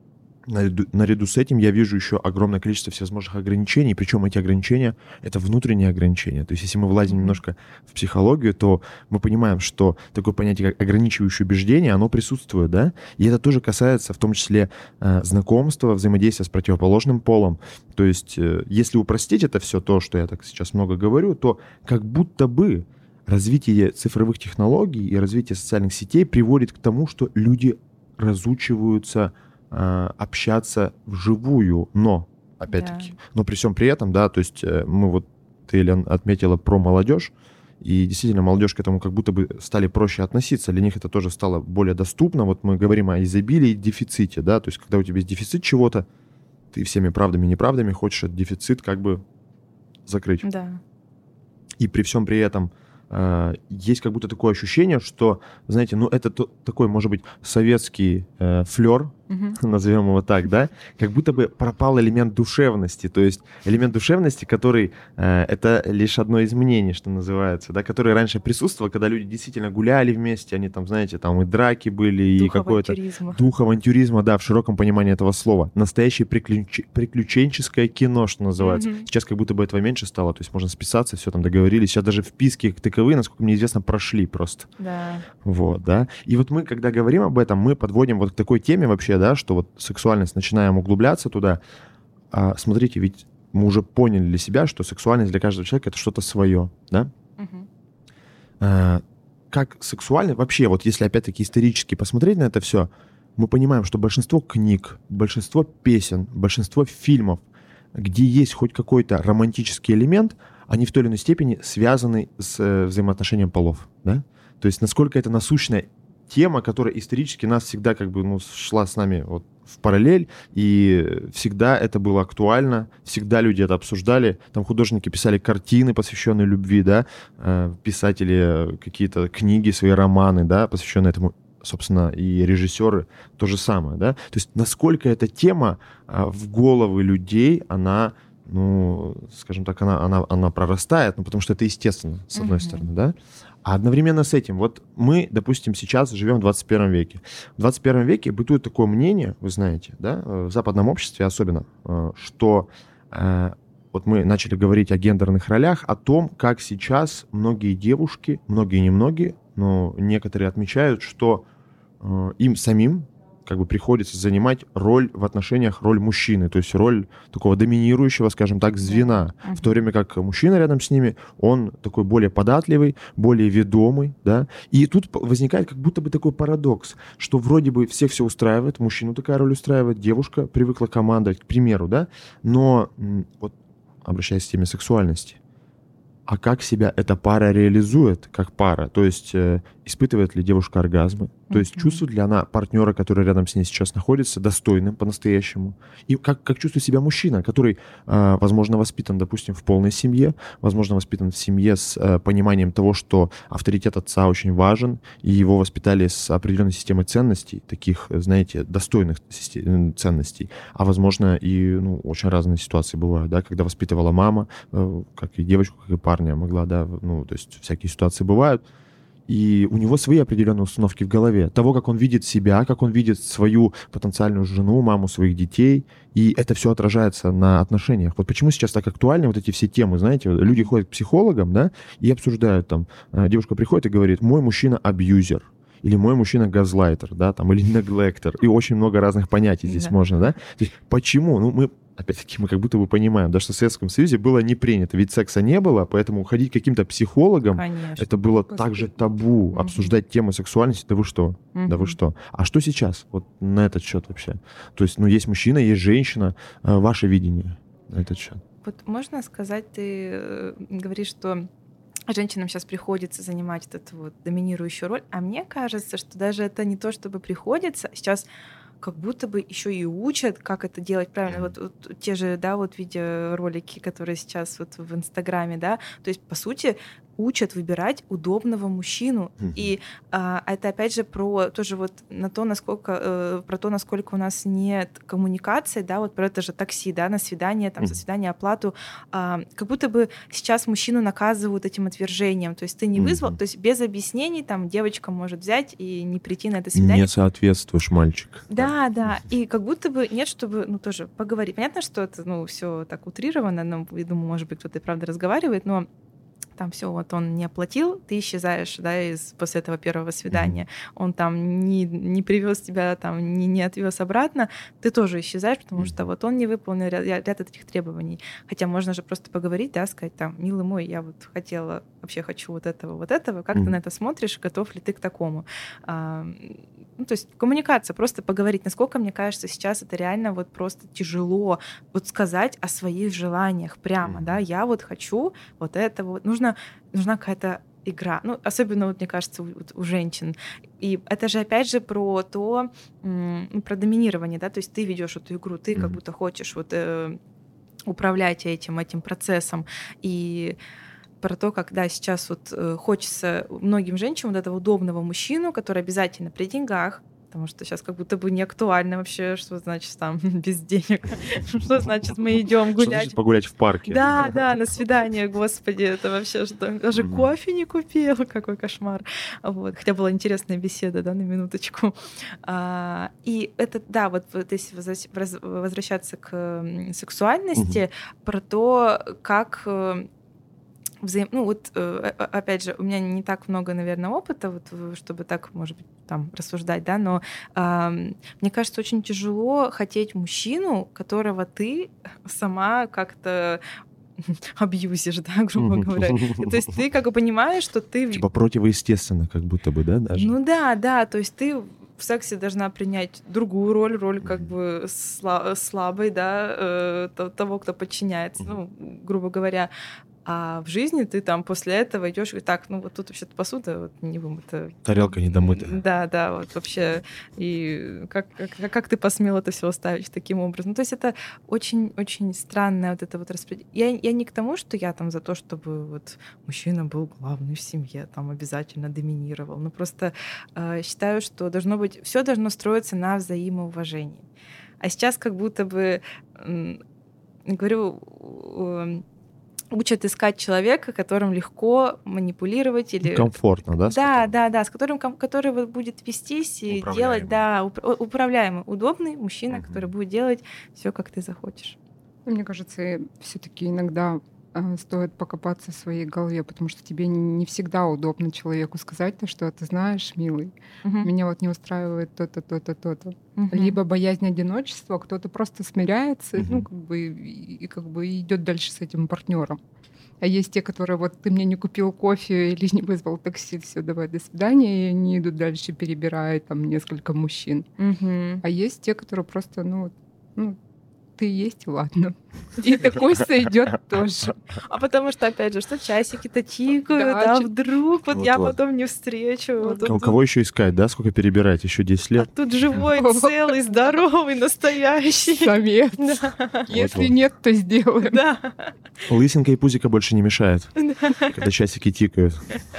наряду с этим я вижу еще огромное количество всевозможных ограничений, причем эти ограничения — это внутренние ограничения. То есть если мы влазим немножко в психологию, то мы понимаем, что такое понятие, как ограничивающее убеждение, оно присутствует, да? И это тоже касается в том числе знакомства, взаимодействия с противоположным полом. То есть если упростить это все, то, что я так сейчас много говорю, то как будто бы развитие цифровых технологий и развитие социальных сетей приводит к тому, что люди разучиваются общаться вживую, но, опять-таки, но при всем при этом, да, то есть мы вот, ты, Елена, отметила про молодежь, и действительно молодежь к этому как будто бы стали проще относиться, для них это тоже стало более доступно, вот мы говорим о изобилии и дефиците, да, то есть когда у тебя есть дефицит чего-то, ты всеми правдами и неправдами хочешь этот дефицит как бы закрыть. Да. И при всем при этом есть как будто такое ощущение, что, знаете, ну это такой, может быть, советский флер, назовем его так, да, как будто бы пропал элемент душевности, то есть элемент душевности, который это лишь одно из мнений, что называется, да, который раньше присутствовал, когда люди действительно гуляли вместе, они там, знаете, там и драки были, и какое-то дух авантюризма, да, в широком понимании этого слова. Настоящее приключенческое кино, что называется. Сейчас как будто бы этого меньше стало, то есть можно списаться, все там договорились. Сейчас даже вписки таковые, насколько мне известно, прошли просто. Да. Вот, да. И вот мы, когда говорим об этом, мы подводим вот к такой теме вообще, да, что вот сексуальность, начинаем углубляться туда. Смотрите, ведь мы уже поняли для себя, что сексуальность для каждого человека — это что-то свое, да? Как сексуально, вообще, вот если опять-таки исторически посмотреть на это все, мы понимаем, что большинство книг, большинство песен, большинство фильмов, где есть хоть какой-то романтический элемент, они в той или иной степени связаны с взаимоотношением полов, да? То есть насколько это насущная тема, которая исторически нас всегда как бы, шла с нами вот в параллель, и всегда это было актуально, всегда люди это обсуждали. Там художники писали картины, посвященные любви, да, писатели какие-то книги, свои романы, да, посвященные этому, собственно, и режиссеры то же самое, да. То есть насколько эта тема в головы людей, она, скажем так, она прорастает, потому что это естественно, с одной стороны, да. А одновременно с этим, вот мы, допустим, сейчас живем в 21 веке. В 21 веке бытует такое мнение, вы знаете, да, в западном обществе особенно, что вот мы начали говорить о гендерных ролях, о том, как сейчас многие девушки, многие немногие, но некоторые отмечают, что им самим как бы приходится занимать роль в отношениях, роль мужчины, то есть роль такого доминирующего, скажем так, звена, в то время как мужчина рядом с ними, он такой более податливый, более ведомый, да, и тут возникает как будто бы такой парадокс, что вроде бы всех все устраивает, мужчину такая роль устраивает, девушка привыкла командовать, к примеру, да, но вот обращаясь к теме сексуальности, а как себя эта пара реализует как пара? То есть испытывает ли девушка оргазмы? То есть чувствует ли она партнера, который рядом с ней сейчас находится, достойным по-настоящему? И как чувствует себя мужчина, который, возможно, воспитан, допустим, в полной семье, возможно, воспитан в семье с пониманием того, что авторитет отца очень важен, и его воспитали с определенной системой ценностей, таких, знаете, достойных ценностей. А, возможно, и очень разные ситуации бывают, да, когда воспитывала мама, как и девочку, как и парня могла, да, то есть всякие ситуации бывают. И у него свои определенные установки в голове. Того, как он видит себя, как он видит свою потенциальную жену, маму своих детей. И это все отражается на отношениях. Вот почему сейчас так актуальны вот эти все темы, знаете, люди ходят к психологам, да, и обсуждают там. Девушка приходит и говорит: мой мужчина абьюзер. Или мой мужчина газлайтер, да, там, или неглектор. И очень много разных понятий здесь можно, да. То есть почему? Опять-таки, мы как будто бы понимаем, да, что в Советском Союзе было не принято, ведь секса не было, поэтому ходить к каким-то психологам, это было также табу, обсуждать тему сексуальности, да вы что, да вы что. А что сейчас вот на этот счет вообще? То есть, есть мужчина, есть женщина, ваше видение на этот счет? Вот можно сказать, ты говоришь, что женщинам сейчас приходится занимать эту вот доминирующую роль, а мне кажется, что даже это не то, чтобы приходится, сейчас как будто бы еще и учат, как это делать правильно. Вот те же, да, вот видеоролики, которые сейчас вот в Инстаграме, да, то есть, по сути, учат выбирать удобного мужчину. И это, опять же, про тоже вот на то, насколько у нас нет коммуникации, да, вот про это же такси, да, на свидание, там, со свидания оплату. Как будто бы сейчас мужчину наказывают этим отвержением. То есть ты не вызвал, то есть без объяснений там девочка может взять и не прийти на это свидание. Не соответствуешь, мальчик. Да. И как будто бы нет, чтобы, тоже поговорить. Понятно, что это, все так утрировано, но, я думаю, может быть, кто-то и правда разговаривает, но там все, вот он не оплатил, ты исчезаешь, да, после этого первого свидания. Он там не привез тебя, там, не отвез обратно, ты тоже исчезаешь, потому что вот он не выполнил ряд этих требований. Хотя можно же просто поговорить, да, сказать, там, милый мой, я вот вообще хочу вот этого, как ты на это смотришь, готов ли ты к такому? То есть коммуникация, просто поговорить. Насколько, мне кажется, сейчас это реально вот просто тяжело вот сказать о своих желаниях прямо, да, я вот хочу вот это вот. Нужна какая-то игра, особенно, вот, мне кажется, у женщин. И это же, опять же, про то, про доминирование, да, то есть ты ведешь эту игру, ты как будто хочешь вот управлять этим процессом, и про то, как, да, сейчас вот хочется многим женщинам вот этого удобного мужчину, который обязательно при деньгах, потому что сейчас как будто бы не актуально вообще, что значит там без денег, что значит мы идем гулять. Что значит погулять в парке? Да, на свидание, господи, это вообще что? Даже кофе не купил, какой кошмар. Вот. Хотя была интересная беседа, да, на минуточку. И это, да, вот если возвращаться к сексуальности, про то, как опять же, у меня не так много, наверное, опыта, вот, чтобы так, может быть, там рассуждать, да, но мне кажется, очень тяжело хотеть мужчину, которого ты сама как-то абьюзишь, да, грубо говоря. То есть ты как бы понимаешь, что ты... Типа противоестественно, как будто бы, да, даже? Да, то есть ты в сексе должна принять другую роль как бы слабой, да, того, кто подчиняется, ну, грубо говоря. А в жизни ты там после этого идешь и так, ну вот тут вообще-то посуда вот не вымыта. Тарелка недомытая. Да, вот вообще. И как ты посмел это все оставить таким образом? Ну, то есть это очень-очень странное вот это вот распределение. Я не к тому, что я там за то, чтобы вот мужчина был главный в семье, там обязательно доминировал. Но просто считаю, что должно быть, все должно строиться на взаимоуважении. А сейчас как будто бы, говорю, учат искать человека, которым легко манипулировать или комфортно, да? Да, с которым который вот будет вестись и делать, да, управляемый, удобный мужчина, который будет делать все, как ты захочешь. Мне кажется, все-таки иногда стоит покопаться в своей голове, потому что тебе не всегда удобно человеку сказать то, что ты знаешь, милый, меня вот не устраивает то-то, то-то, то-то. Либо боязнь одиночества, кто-то просто смиряется, ну, как бы идет дальше с этим партнером. А есть те, которые вот ты мне не купил кофе или не вызвал такси, все, давай, до свидания, и они идут дальше, перебирая там несколько мужчин. А есть те, которые просто, ну ты есть, ладно. И такой сойдет тоже. А потому что, опять же, что часики-то тикают, да, вдруг вот я потом не встречу. У кого еще искать, да? Сколько перебирать? Еще 10 лет? А тут живой, целый, здоровый, настоящий. Совет. Если нет, то сделаем. Да. Лысинка и пузика больше не мешает, когда часики тикают.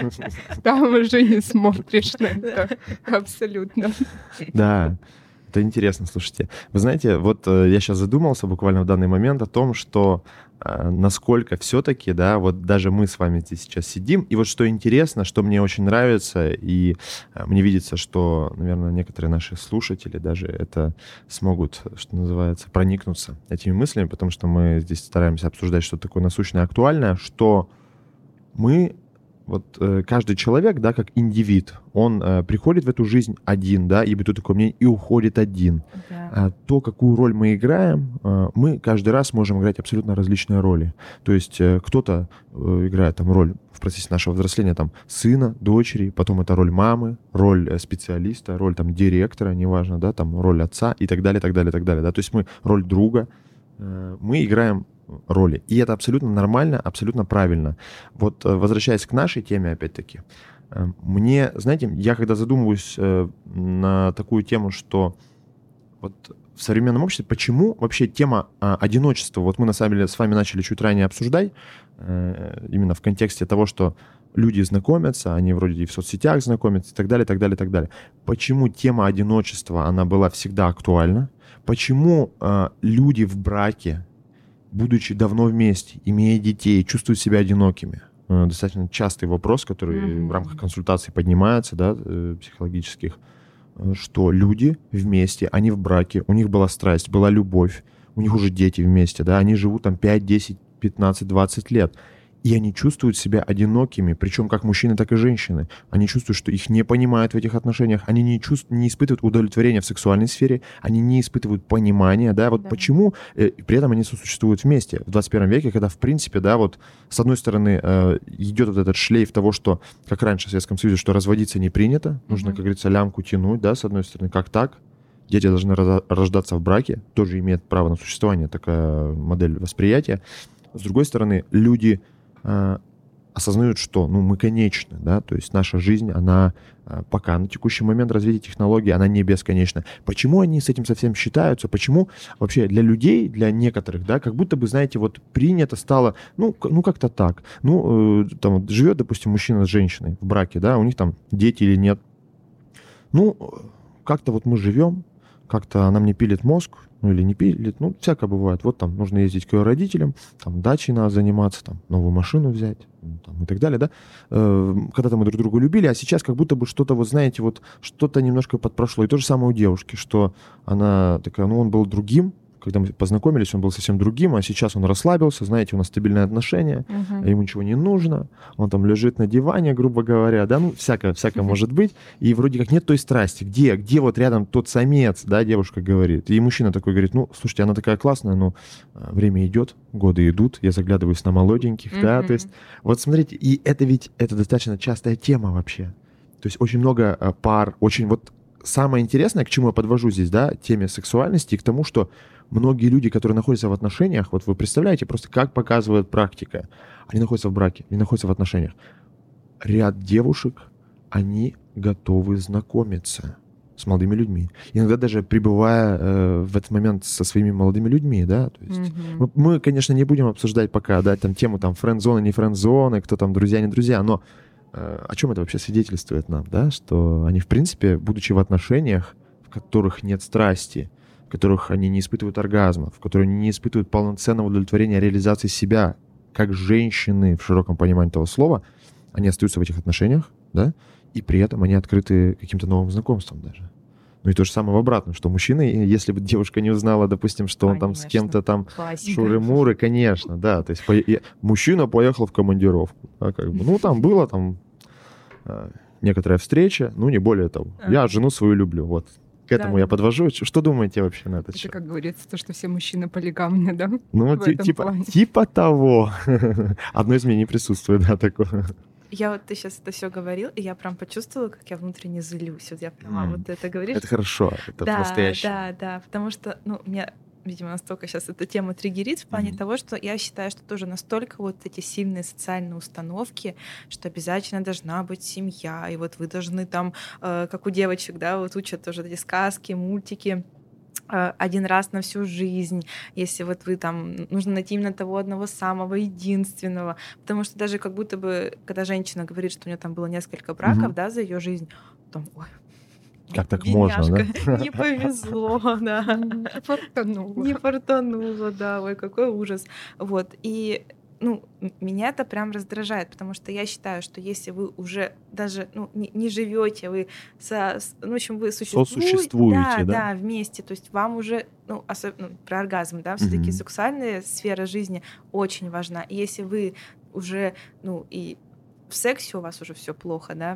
Там уже не смотришь на это. Абсолютно. Да. Это интересно, слушайте. Вы знаете, вот я сейчас задумался буквально в данный момент о том, что насколько все-таки, да, вот даже мы с вами здесь сейчас сидим, и вот что интересно, что мне очень нравится, и мне видится, что, наверное, некоторые наши слушатели даже это смогут, что называется, проникнуться этими мыслями, потому что мы здесь стараемся обсуждать что-то такое насущное, актуальное, что мы... Вот каждый человек, да, как индивид, он приходит в эту жизнь один, да, и бытует такое мнение, и уходит один. Да. То, какую роль мы играем, мы каждый раз можем играть абсолютно различные роли. То есть кто-то играет там роль в процессе нашего взросления там сына, дочери, потом это роль мамы, роль специалиста, роль там директора, неважно, да, там роль отца и так далее, так далее, так далее, да. То есть мы роль друга, мы играем роли. И это абсолютно нормально, абсолютно правильно. Вот возвращаясь к нашей теме, опять-таки, мне, знаете, я когда задумываюсь на такую тему, что вот в современном обществе, почему вообще тема одиночества, вот мы на самом деле с вами начали чуть ранее обсуждать, именно в контексте того, что люди знакомятся, они вроде и в соцсетях знакомятся и так далее, так далее, так далее. Почему тема одиночества, она была всегда актуальна? Почему люди в браке, будучи давно вместе, имея детей, чувствуют себя одинокими? Достаточно частый вопрос, который в рамках консультаций поднимается, да, психологических, что люди вместе, они в браке, у них была страсть, была любовь, у них уже дети вместе, да, они живут там 5, 10, 15, 20 лет. И они чувствуют себя одинокими, причем как мужчины, так и женщины. Они чувствуют, что их не понимают в этих отношениях, они не испытывают удовлетворения в сексуальной сфере, они не испытывают понимания, да, вот да. Почему, при этом они сосуществуют вместе в 21 веке, когда, в принципе, да, вот с одной стороны идет вот этот шлейф того, что, как раньше в Советском Союзе, что разводиться не принято, нужно, как говорится, лямку тянуть, да, с одной стороны, как так? Дети должны рождаться в браке, тоже имеют право на существование, такая модель восприятия. С другой стороны, люди осознают, что мы конечны, да, то есть наша жизнь, она пока на текущий момент развития технологий, она не бесконечна. Почему они с этим совсем считаются? Почему вообще для людей, для некоторых, да, как будто бы, знаете, вот принято стало, как-то так. Там вот живет, допустим, мужчина с женщиной в браке, да, у них там дети или нет. Как-то вот мы живем, как-то она мне пилит мозг, или не пилит, всякое бывает. Вот там нужно ездить к ее родителям, там дачей надо заниматься, там новую машину взять, там, и так далее, да. Когда-то мы друг друга любили, а сейчас как будто бы что-то, вот знаете, вот что-то немножко подпрошло. И то же самое у девушки, что она такая, он был другим, когда мы познакомились, он был совсем другим, а сейчас он расслабился, знаете, у нас стабильные отношения, ему ничего не нужно, он там лежит на диване, грубо говоря, да, всякое может быть, и вроде как нет той страсти, где вот рядом тот самец, да, девушка говорит, и мужчина такой говорит, слушайте, она такая классная, но время идет, годы идут, я заглядываюсь на молоденьких, да, то есть, вот смотрите, и это достаточно частая тема вообще, то есть очень много пар, очень вот самое интересное, к чему я подвожу здесь, да, теме сексуальности, и к тому, что многие люди, которые находятся в отношениях, вот вы представляете просто, как показывает практика, они находятся в браке, они находятся в отношениях. Ряд девушек, они готовы знакомиться с молодыми людьми. Иногда даже пребывая в этот момент со своими молодыми людьми, да, то есть мы, конечно, не будем обсуждать пока, да, там тему там френд-зоны, не френд-зоны, кто там друзья, не друзья, но о чем это вообще свидетельствует нам, да, что они, в принципе, будучи в отношениях, в которых нет страсти, в которых они не испытывают оргазмов, в которых они не испытывают полноценного удовлетворения реализации себя, как женщины в широком понимании этого слова, они остаются в этих отношениях, да, и при этом они открыты каким-то новым знакомствам даже. Ну и то же самое в обратном, что мужчина, если бы девушка не узнала, допустим, что он там с кем-то там шуры-муры, конечно, да, то есть мужчина поехал в командировку, да, как бы, ну там было там некоторая встреча, ну не более того. Я жену свою люблю, вот. К этому я подвожу. Что думаете вообще на этот счет? Это, как говорится, то, что все мужчины полигамны, да? Ну, типа того. Одно из меня не присутствует, да, такое. Я вот ты сейчас это все говорил, и я прям почувствовала, как я внутренне злюсь. Вот я прямо вот это говоришь. Это хорошо, это настоящее. Да, потому что, меня, видимо, настолько сейчас эта тема триггерит в плане того, что я считаю, что тоже настолько вот эти сильные социальные установки, что обязательно должна быть семья, и вот вы должны там, как у девочек, да, вот учат тоже эти сказки, мультики, один раз на всю жизнь, если вот вы там, нужно найти именно того одного самого единственного, потому что даже как будто бы, когда женщина говорит, что у нее там было несколько браков, да, за ее жизнь, там, ой, как так можно, да? Не повезло, да. Не фартануло, да, ой, какой ужас. Вот, и меня это прям раздражает, потому что я считаю, что если вы уже даже не живете, вы, в общем, вы существуете, да, вместе, то есть вам уже, особенно про оргазм, да, все-таки сексуальная сфера жизни очень важна. И если вы уже, и в сексе у вас уже все плохо, да,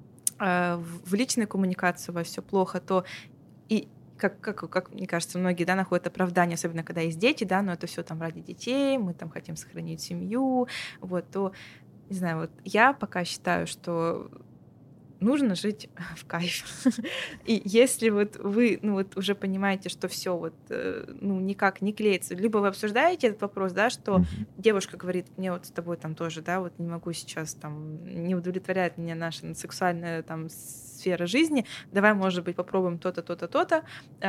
в личной коммуникации у вас все плохо, то и как мне кажется, многие, да, находят оправдание, особенно когда есть дети, да, но это все там ради детей, мы там хотим сохранить семью, вот, то, не знаю, вот я пока считаю, что нужно жить в кайф. И если вот вы, уже понимаете, что все вот, никак не клеится, либо вы обсуждаете этот вопрос, да, что девушка говорит, мне вот с тобой там тоже, да, вот не могу сейчас там, не удовлетворяет меня наша сексуальная там сфера жизни, давай, может быть, попробуем то-то, то-то, то-то,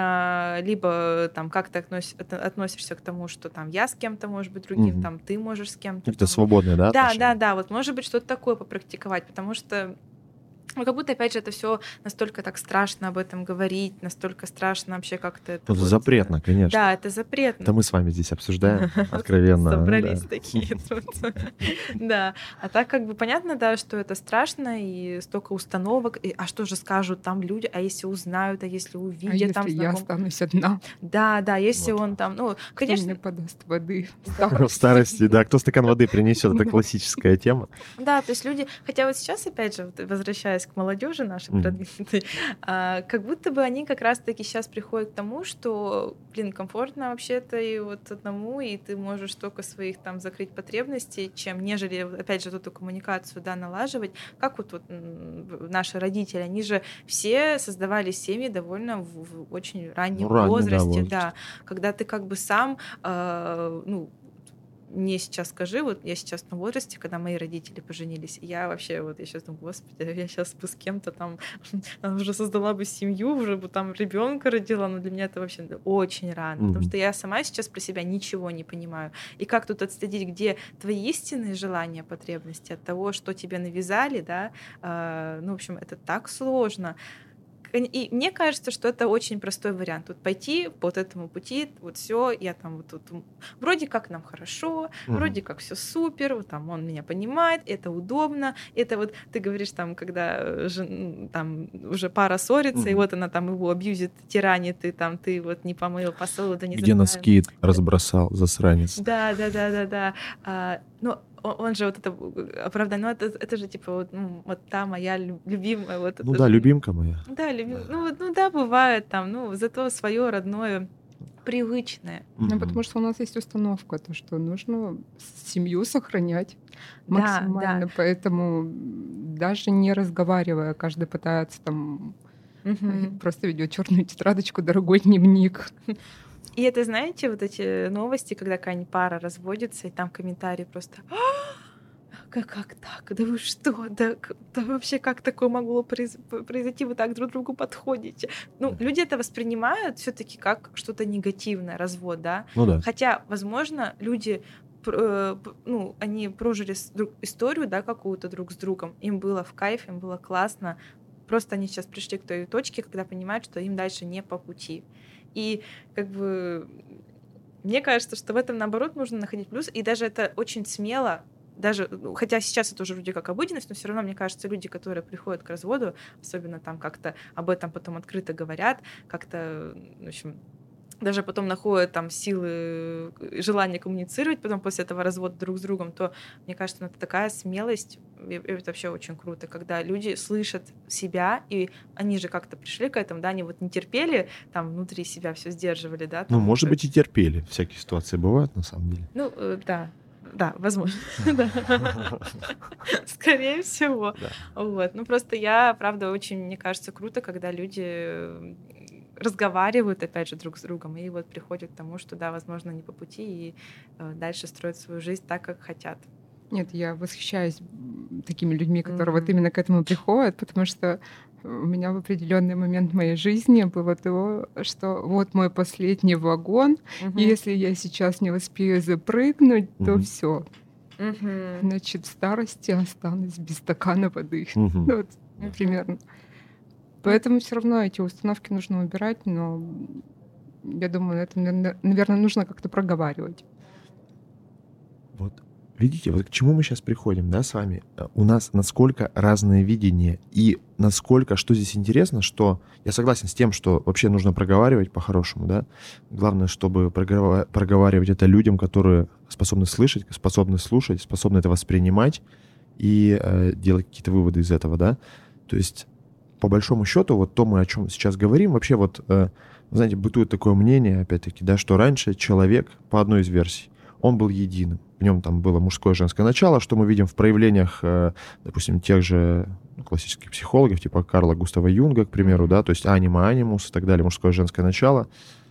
либо там как ты относишься к тому, что там я с кем-то, может быть, другим, там ты можешь с кем-то. Это свободное, да? Да, вот может быть что-то такое попрактиковать, потому что как будто, опять же, это все настолько так страшно об этом говорить, настолько страшно вообще как-то это... Это запретно, конечно. Да, это запретно. Это мы с вами здесь обсуждаем откровенно. Собрались такие тут. Да. А так как бы понятно, да, что это страшно, и столько установок. А что же скажут там люди? А если узнают, а если увидят? А если я останусь одна? Да, если он там... конечно... Кто мне подаст воды в старости? Да, кто стакан воды принесет? Это классическая тема. Да, то есть люди... Хотя вот сейчас, опять же, возвращаясь к молодежи нашей продвинутой, как будто бы они как раз-таки сейчас приходят к тому, что, комфортно вообще-то и вот одному, и ты можешь только своих там закрыть потребностей, чем нежели, опять же, эту коммуникацию, да, налаживать. Как вот наши родители, они же все создавали семьи довольно в очень раннем возрасте, да, когда ты как бы сам, мне сейчас скажи, вот я сейчас в том возрасте, когда мои родители поженились, я вообще, вот я сейчас думаю, господи, я сейчас бы с кем-то там уже создала бы семью, уже бы там ребенка родила, но для меня это вообще очень рано, потому что я сама сейчас про себя ничего не понимаю. И как тут отследить, где твои истинные желания, потребности от того, что тебе навязали, да, в общем, это так сложно. И мне кажется, что это очень простой вариант. Вот пойти по вот этому пути, вот все, я там вот тут вроде как нам хорошо, вроде как все супер, вот там он меня понимает, это удобно. Это вот ты говоришь там, когда там уже пара ссорится, и вот она там его абьюзит, тиранит, и там ты вот не помыл посуду, не где носки разбросал, засранец. Да. Но он же вот это оправдание, это же типа вот та моя любимая. Вот любимка моя. Да, любимая. Бывает там, зато свое родное, привычное. Потому что у нас есть установка, то, что нужно семью сохранять максимально, поэтому даже не разговаривая, каждый пытается там Просто ведет черную тетрадочку, дорогой дневник. И это, знаете, вот эти новости, когда какая-нибудь пара разводится, и там комментарии просто как так? Да вы что? Да вообще как такое могло произойти? Вы так друг другу подходите. Ну, люди это воспринимают все-таки как что-то негативное, развод, да? Ну да. Хотя, возможно, люди они прожили историю, да, какую-то друг с другом. Им было в кайф, им было классно. Просто они сейчас пришли к той точке, когда понимают, что им дальше не по пути. И как бы мне кажется, что в этом, наоборот, нужно находить плюс. И даже это очень смело, даже, хотя сейчас это уже вроде как обыденность, но все равно, мне кажется, люди, которые приходят к разводу, особенно там как-то об этом потом открыто говорят, как-то, в общем, даже потом находят там силы, желание коммуницировать потом после этого развода друг с другом, то, мне кажется, это такая смелость, и это вообще очень круто, когда люди слышат себя, и они же как-то пришли к этому, да, они вот не терпели, там внутри себя все сдерживали, да. Ну, может быть, и терпели. Всякие ситуации бывают, на самом деле. Ну, да, возможно. Скорее всего. Вот. Ну, просто я, правда, очень, мне кажется, круто, когда люди разговаривают, опять же, друг с другом, и вот приходят к тому, что, да, возможно, не по пути, и дальше строят свою жизнь так, как хотят. Нет, я восхищаюсь такими людьми, которые вот именно к этому приходят, потому что у меня в определенный момент моей жизни было то, что вот мой последний вагон, и если я сейчас не успею запрыгнуть, то все. Значит, в старости останусь без стакана воды. Вот, примерно. Поэтому все равно эти установки нужно убирать, но я думаю, это, наверное, нужно как-то проговаривать. Вот. Видите, вот к чему мы сейчас приходим, да, с вами? У нас насколько разное видение, и насколько, что здесь интересно, что я согласен с тем, что вообще нужно проговаривать по-хорошему, да. Главное, чтобы проговаривать это людям, которые способны слышать, способны слушать, способны это воспринимать и делать какие-то выводы из этого, да. То есть, по большому счету, вот то, мы о чем сейчас говорим, вообще вот, знаете, бытует такое мнение, опять-таки, да, что раньше человек, по одной из версий, он был единым. В нем там было мужское и женское начало, что мы видим в проявлениях, допустим, тех же классических психологов, типа Карла Густава Юнга, к примеру, да, то есть анима, анимус и так далее, мужское и женское начало.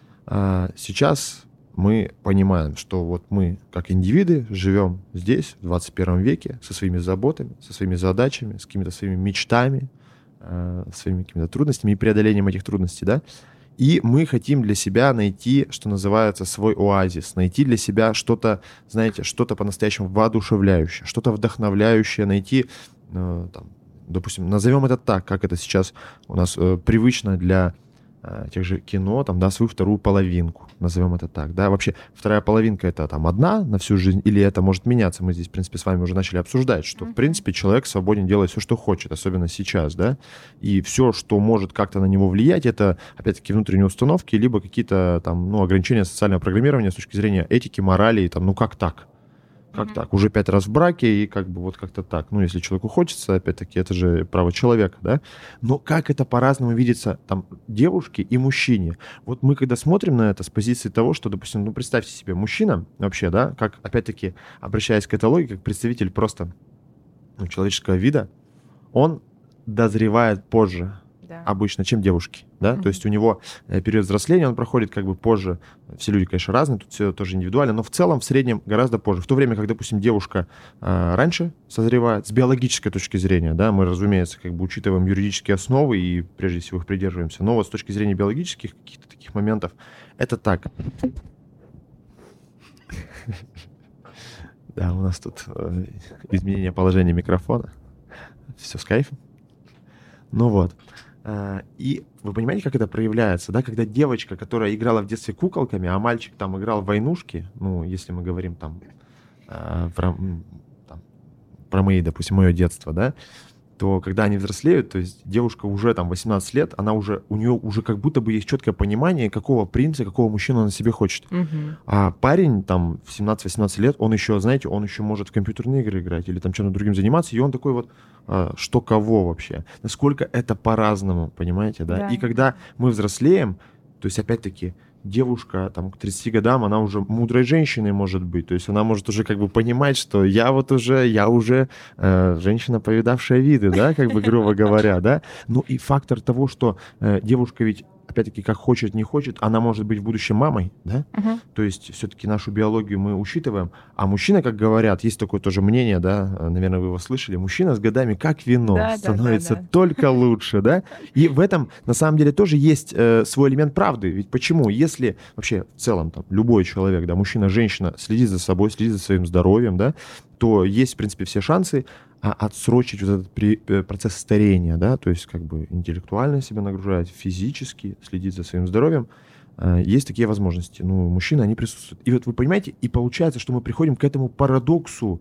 Сейчас мы понимаем, что вот мы, как индивиды, живем здесь, в 21 веке, со своими заботами, со своими задачами, с какими-то своими мечтами, своими какими-то трудностями и преодолением этих трудностей, да. И мы хотим для себя найти, что называется, свой оазис, найти для себя что-то, знаете, что-то по-настоящему воодушевляющее, что-то вдохновляющее, найти, там, допустим, назовем это так, как это сейчас у нас привычно для тех же кино, там, да, свою вторую половинку, назовем это так, да, вообще вторая половинка это там одна на всю жизнь, или это может меняться, мы здесь, в принципе, с вами уже начали обсуждать, что, в принципе, человек свободен делать все, что хочет, особенно сейчас, да, и все, что может как-то на него влиять, это, опять-таки, внутренние установки, либо какие-то там, ну, ограничения социального программирования с точки зрения этики, морали, и там, ну, как так? Как так? Уже 5 раз в браке, и как бы вот как-то так. Ну, если человеку хочется, опять-таки, это же право человека, да? Но как это по-разному видится там девушке и мужчине? Вот мы когда смотрим на это с позиции того, что, допустим, ну, представьте себе, мужчина вообще, да, как, опять-таки, обращаясь к этой логике, как представитель просто человеческого вида, он дозревает позже обычно, чем девушки, да, то есть у него период взросления, он проходит как бы позже, все люди, конечно, разные, тут все тоже индивидуально, но в целом, в среднем гораздо позже, в то время как, допустим, девушка раньше созревает, с биологической точки зрения, да, мы, разумеется, как бы учитываем юридические основы и прежде всего их придерживаемся, но вот с точки зрения биологических каких-то таких моментов, это так. Да, у нас тут изменение положения микрофона, все с кайфом, ну вот. И вы понимаете, как это проявляется, да, когда девочка, которая играла в детстве куколками, а мальчик там играл в войнушки, ну, если мы говорим там, про мои, допустим, мое детство, да, то когда они взрослеют, то есть девушка уже там 18 лет, у нее уже как будто бы есть четкое понимание, какого принца, какого мужчину она себе хочет. А парень там в 17-18 лет, он еще, знаете, он еще может в компьютерные игры играть или там чем-то другим заниматься, и он такой вот, что кого вообще, насколько это по-разному, понимаете, да? И когда мы взрослеем, то есть опять-таки девушка там к 30 годам, она уже мудрой женщиной может быть, то есть она может уже как бы понимать, что я уже женщина, повидавшая виды, да, как бы грубо говоря, да. Ну и фактор того, что девушка ведь опять-таки, как хочет, не хочет, она может быть в будущем мамой, да? То есть все-таки нашу биологию мы учитываем. А мужчина, как говорят, есть такое тоже мнение, да, наверное, вы его слышали, мужчина с годами как вино, становится только лучше, да? И в этом, на самом деле, тоже есть свой элемент правды. Ведь почему? Если вообще в целом там любой человек, да, мужчина, женщина, следит за собой, следит за своим здоровьем, да, то есть, в принципе, все шансы отсрочить вот этот процесс старения, да, то есть как бы интеллектуально себя нагружать, физически следить за своим здоровьем. Есть такие возможности. Ну, мужчины, они присутствуют. И вот вы понимаете, и получается, что мы приходим к этому парадоксу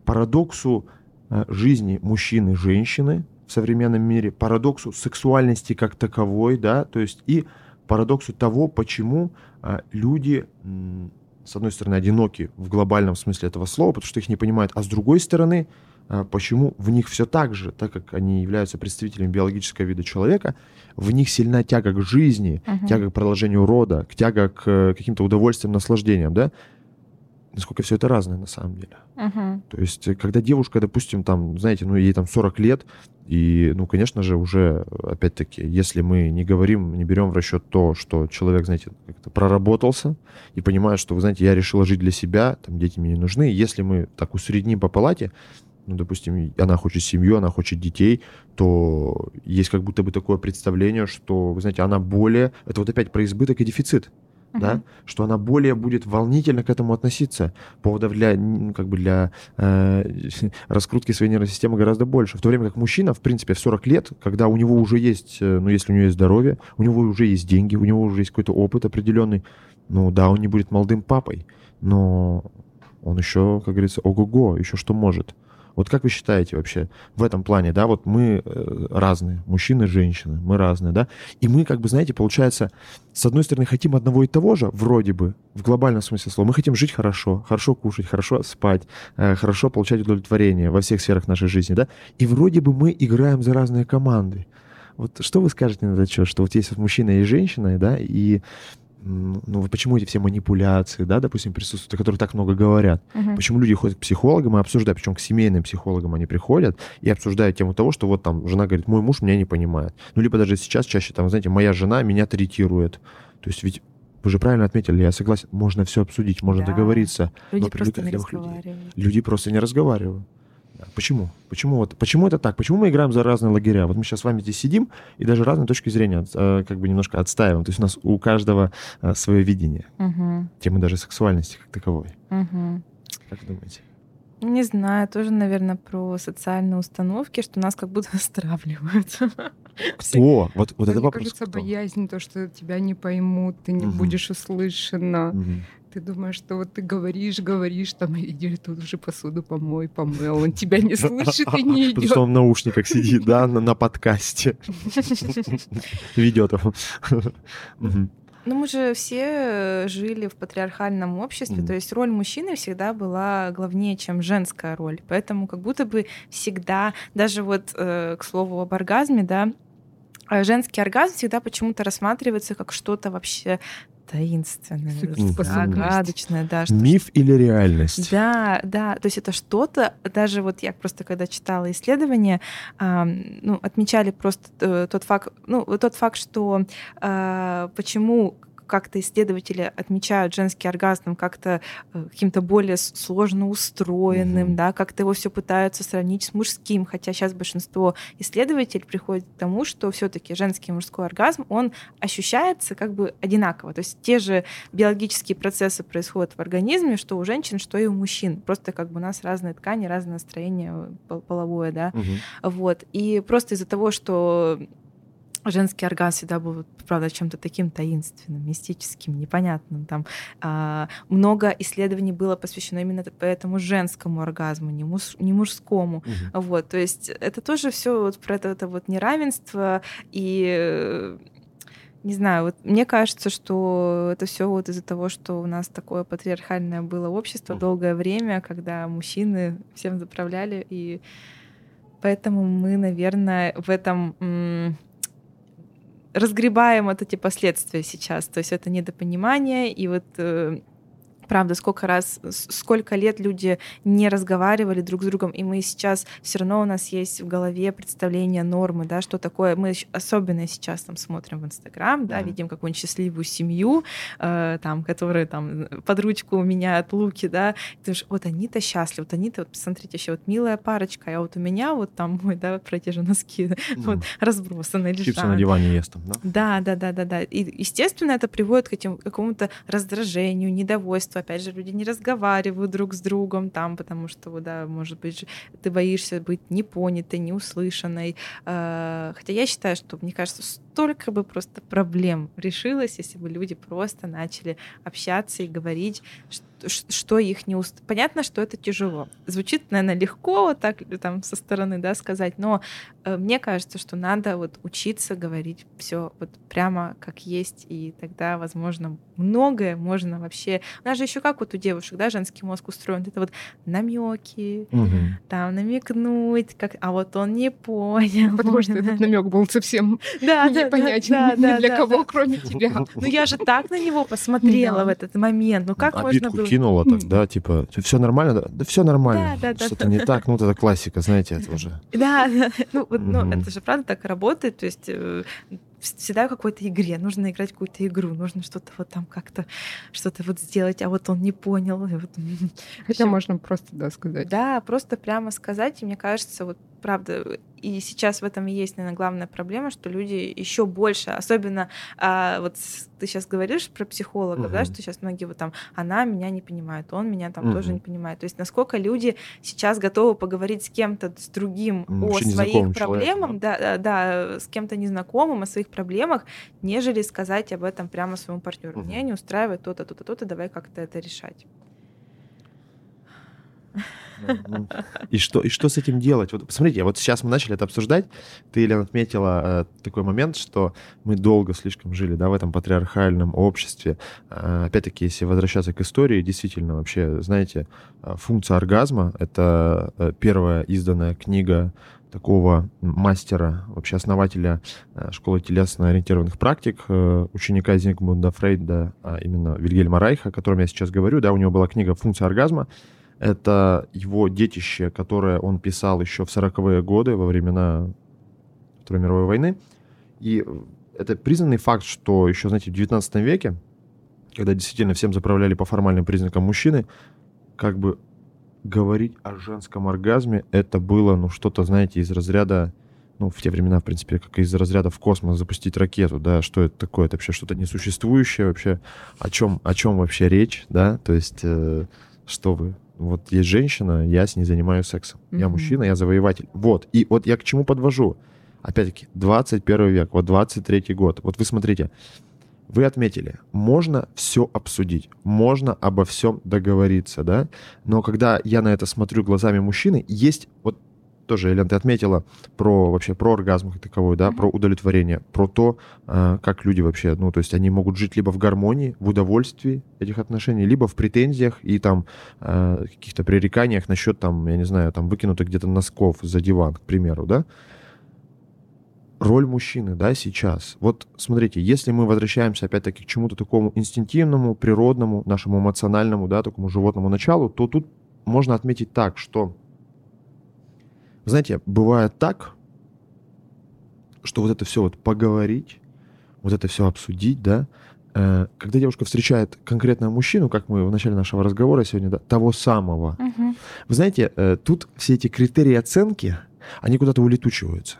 жизни мужчины и женщины в современном мире, парадоксу сексуальности как таковой, да, то есть и парадоксу того, почему люди, с одной стороны, одиноки в глобальном смысле этого слова, потому что их не понимают, а с другой стороны, почему в них все так же, так как они являются представителями биологического вида человека, в них сильна тяга к жизни, тяга к продолжению рода, тяга к каким-то удовольствиям, наслаждениям, да? Насколько все это разное на самом деле. То есть, когда девушка, допустим, там, знаете, ну, ей там 40 лет, и, ну, конечно же, уже, опять-таки, если мы не говорим, не берем в расчет то, что человек, знаете, как-то проработался и понимает, что, вы знаете, я решила жить для себя, там, дети мне не нужны, если мы так усредним по палате, ну, допустим, она хочет семью, она хочет детей, то есть как будто бы такое представление, что, вы знаете, она более... Это вот опять про избыток и дефицит, да? Что она более будет волнительно к этому относиться. Поводов для, ну, как бы для раскрутки своей нервной системы гораздо больше. В то время как мужчина, в принципе, в 40 лет, когда у него уже есть, ну, если у него есть здоровье, у него уже есть деньги, у него уже есть какой-то опыт определенный, ну, да, он не будет молодым папой, но он еще, как говорится, ого-го, еще что может. Вот как вы считаете вообще в этом плане, да, вот мы разные, мужчины, женщины, мы разные, да, и мы, как бы, знаете, получается, с одной стороны, хотим одного и того же, вроде бы, в глобальном смысле слова, мы хотим жить хорошо, хорошо кушать, хорошо спать, хорошо получать удовлетворение во всех сферах нашей жизни, да, и вроде бы мы играем за разные команды. Вот что вы скажете на этот счет, что вот есть вот мужчина и женщина, да, и ну, почему эти все манипуляции, да, допустим, присутствуют, о которых так много говорят? Почему люди ходят к психологам и обсуждают, причем к семейным психологам они приходят и обсуждают тему того, что вот там жена говорит, мой муж меня не понимает. Ну, либо даже сейчас чаще там, знаете, моя жена меня третирует. То есть ведь вы же правильно отметили, я согласен, можно все обсудить, можно договориться. Люди но просто не разговаривают. Люди просто не разговаривают. Почему? Почему это так? Почему мы играем за разные лагеря? Вот мы сейчас с вами здесь сидим и даже разные точки зрения как бы немножко отстаиваем. То есть у нас у каждого свое видение. Темы даже сексуальности как таковой. Как вы думаете? Не знаю, тоже, наверное, про социальные установки, что нас как будто стравливают. Кто? Вот это мне вопрос. Кажется, кто? боязнь, то, что тебя не поймут, ты не будешь услышана. Ты думаешь, что вот ты говоришь, там, иди тут уже посуду помой, помыл, он тебя не слышит и не идет. Потому что он в наушниках сидит, да, на подкасте. Ведет его. Ну, мы же все жили в патриархальном обществе, то есть роль мужчины всегда была главнее, чем женская роль. Поэтому как будто бы всегда, даже вот, к слову об оргазме, да, женский оргазм всегда почему-то рассматривается как что-то вообще таинственное, загадочное, да. Миф или реальность? Да, то есть это что-то, даже вот я просто когда читала исследования, ну, отмечали просто тот факт, что почему как-то исследователи отмечают женский оргазм как-то каким-то более сложно устроенным, да, как-то его все пытаются сравнить с мужским, хотя сейчас большинство исследователей приходит к тому, что все-таки женский и мужской оргазм, он ощущается как бы одинаково, то есть те же биологические процессы происходят в организме, что у женщин, что и у мужчин, просто как бы у нас разные ткани, разное настроение половое, да, вот, и просто из-за того, что женский оргазм всегда был, правда, чем-то таким таинственным, мистическим, непонятным. Там много исследований было посвящено именно этому женскому оргазму, не мужскому. Вот, то есть это тоже все вот про это вот неравенство и не знаю, вот мне кажется, что это все вот из-за того, что у нас такое патриархальное было общество долгое время, когда мужчины всем заправляли, и поэтому мы, наверное, в этом разгребаем вот эти последствия сейчас. То есть это недопонимание, и вот правда, сколько лет люди не разговаривали друг с другом, и мы сейчас все равно у нас есть в голове представление нормы, да, что такое. Мы особенно сейчас там смотрим в Инстаграм, да, видим какую-нибудь счастливую семью, там, которая там под ручку меняют луки, да, и ты думаешь, вот они-то счастливы, вот они-то, вот, посмотрите, еще вот милая парочка, а вот у меня вот там мой, да, про те же носки вот, разбросаны лежат. Чипсы на диване ест там, да? Да. И, естественно, это приводит к какому-то раздражению, недовольству. Опять же, люди не разговаривают друг с другом там, потому что, да, может быть, ты боишься быть непонятой, неуслышанной. Хотя я считаю, что, мне кажется, столько бы просто проблем решилось, если бы люди просто начали общаться и говорить, что их не устраивает. Понятно, что это тяжело. Звучит, наверное, легко вот так там со стороны, да, сказать, но мне кажется, что надо вот учиться говорить все вот прямо как есть, и тогда, возможно, многое можно вообще... У нас же еще как вот у девушек, да, женский мозг устроен, это вот намеки, там намекнуть, а вот он не понял. Потому что этот намек был совсем непонятен ни для кого, кроме тебя. Ну я же так на него посмотрела в этот момент. Ну как можно было? Кинула так, да, типа, все нормально? Да все нормально. Что-то не так, ну это классика, знаете, это уже. Да, ну это же правда так работает, то есть всегда в какой-то игре. Нужно играть в какую-то игру, нужно что-то вот там как-то что-то вот сделать, а вот он не понял. Хотя можно просто, да, сказать. Да, просто прямо сказать. И мне кажется, вот правда, и сейчас в этом и есть, наверное, главная проблема, что люди еще больше, особенно вот ты сейчас говоришь про психологов, да, что сейчас многие вот там, она меня не понимает, он меня там тоже не понимает. То есть насколько люди сейчас готовы поговорить с кем-то, с другим о своих проблемах, да, с кем-то незнакомым, о своих проблемах, нежели сказать об этом прямо своему партнеру. Меня не устраивает то-то, то-то, то-то, давай как-то это решать. И что с этим делать? Вот посмотрите, вот сейчас мы начали это обсуждать. Ты, Елена, отметила такой момент, что мы долго слишком жили, да, в этом патриархальном обществе. Опять-таки, если возвращаться к истории, действительно, вообще, знаете, функция оргазма — это первая изданная книга такого мастера, вообще основателя школы телесно-ориентированных практик, ученика Зигмунда Фрейда, а именно Вильгельма Райха, о котором я сейчас говорю. Да, у него была книга «Функция оргазма». Это его детище, которое он писал еще в 40-е годы, во времена Второй мировой войны. И это признанный факт, что еще, знаете, в 19 веке, когда действительно всем заправляли по формальным признакам мужчины, как бы говорить о женском оргазме, это было, ну, что-то, знаете, из разряда, ну, в те времена, в принципе, как из разряда в космос запустить ракету, да, что это такое? Это вообще что-то несуществующее, вообще о чем вообще речь, да, то есть, что вы... Вот есть женщина, я с ней занимаюсь сексом. Я мужчина, я завоеватель. Вот. И вот я к чему подвожу. Опять-таки, 21 век, вот 23 год. Вот вы смотрите, вы отметили, можно все обсудить, можно обо всем договориться, да? Но когда я на это смотрю глазами мужчины, есть вот тоже, Елена, ты отметила про оргазм как таковой, да, про удовлетворение, про то, как люди вообще, ну, то есть они могут жить либо в гармонии, в удовольствии этих отношений, либо в претензиях и там каких-то пререканиях насчет, там, я не знаю, там, выкинутых где-то носков за диван, к примеру, да. Роль мужчины, да, сейчас. Вот смотрите, если мы возвращаемся опять-таки к чему-то такому инстинктивному, природному, нашему эмоциональному, да, такому животному началу, то тут можно отметить так, что знаете, бывает так, что вот это все вот поговорить, вот это все обсудить, да, когда девушка встречает конкретного мужчину, как мы в начале нашего разговора сегодня, да, того самого, вы знаете, тут все эти критерии оценки, они куда-то улетучиваются.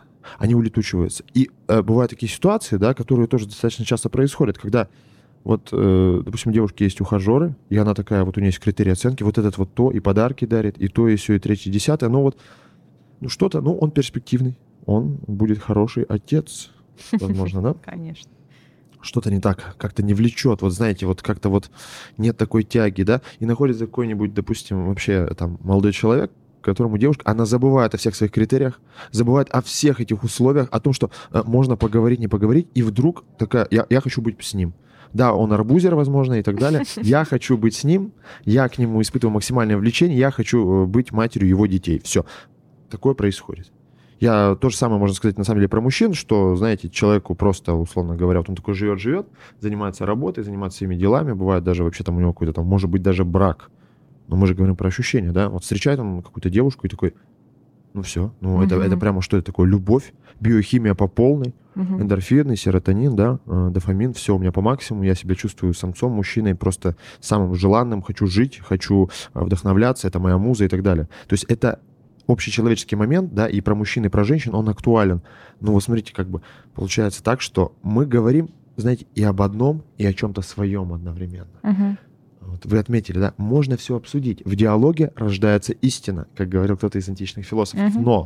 И бывают такие ситуации, да, которые тоже достаточно часто происходят, когда вот, допустим, у девушки есть ухажеры, и она такая, вот у нее есть критерии оценки, вот этот вот то, и подарки дарит, и то, и все, и третье, и десятое, но вот он перспективный, он будет хороший отец, возможно, да? Конечно. Что-то не так, как-то не влечет, вот знаете, вот как-то вот нет такой тяги, да, и находится какой-нибудь, допустим, вообще там молодой человек, которому девушка, она забывает о всех своих критериях, забывает о всех этих условиях, о том, что можно поговорить, не поговорить, и вдруг такая, я хочу быть с ним. Да, он арбузер, возможно, и так далее. Я хочу быть с ним, я к нему испытываю максимальное влечение, я хочу быть матерью его детей. Все. Такое происходит. Я то же самое можно сказать на самом деле про мужчин, что, знаете, человеку просто, условно говоря, вот он такой живет, занимается работой, занимается своими делами, бывает даже вообще там у него какой-то там, может быть, даже брак. Но мы же говорим про ощущения, да? Вот встречает он какую-то девушку и такой, ну все, ну это прямо что это такое? Любовь, биохимия по полной, эндорфины, серотонин, да, дофамин, все у меня по максимуму, я себя чувствую самцом, мужчиной, просто самым желанным, хочу жить, хочу вдохновляться, это моя муза и так далее. То есть это общечеловеческий момент, да, и про мужчин, и про женщин он актуален. Но вот смотрите, как бы получается так, что мы говорим, знаете, и об одном, и о чем-то своем одновременно. Вот вы отметили, да, можно все обсудить. В диалоге рождается истина, как говорил кто-то из античных философов. Но,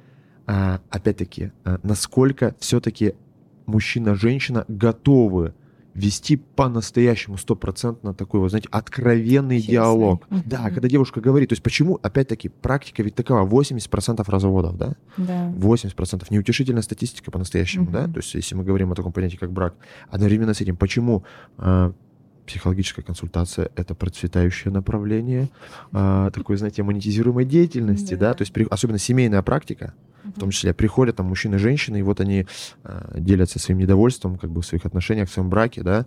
опять-таки, насколько все-таки мужчина-женщина готовы вести по-настоящему 100% такой, вот, знаете, откровенный диалог. Да, когда девушка говорит, то есть почему, опять-таки, практика ведь такова, 80% разводов, да? Да. 80%. Неутешительная статистика по-настоящему, да? То есть если мы говорим о таком понятии, как брак. Одновременно с этим, почему психологическая консультация — это процветающее направление такой, знаете, монетизируемой деятельности, да? То есть особенно семейная практика, в том числе приходят там мужчины и женщины, и вот они делятся своим недовольством как бы в своих отношениях, в своем браке, да.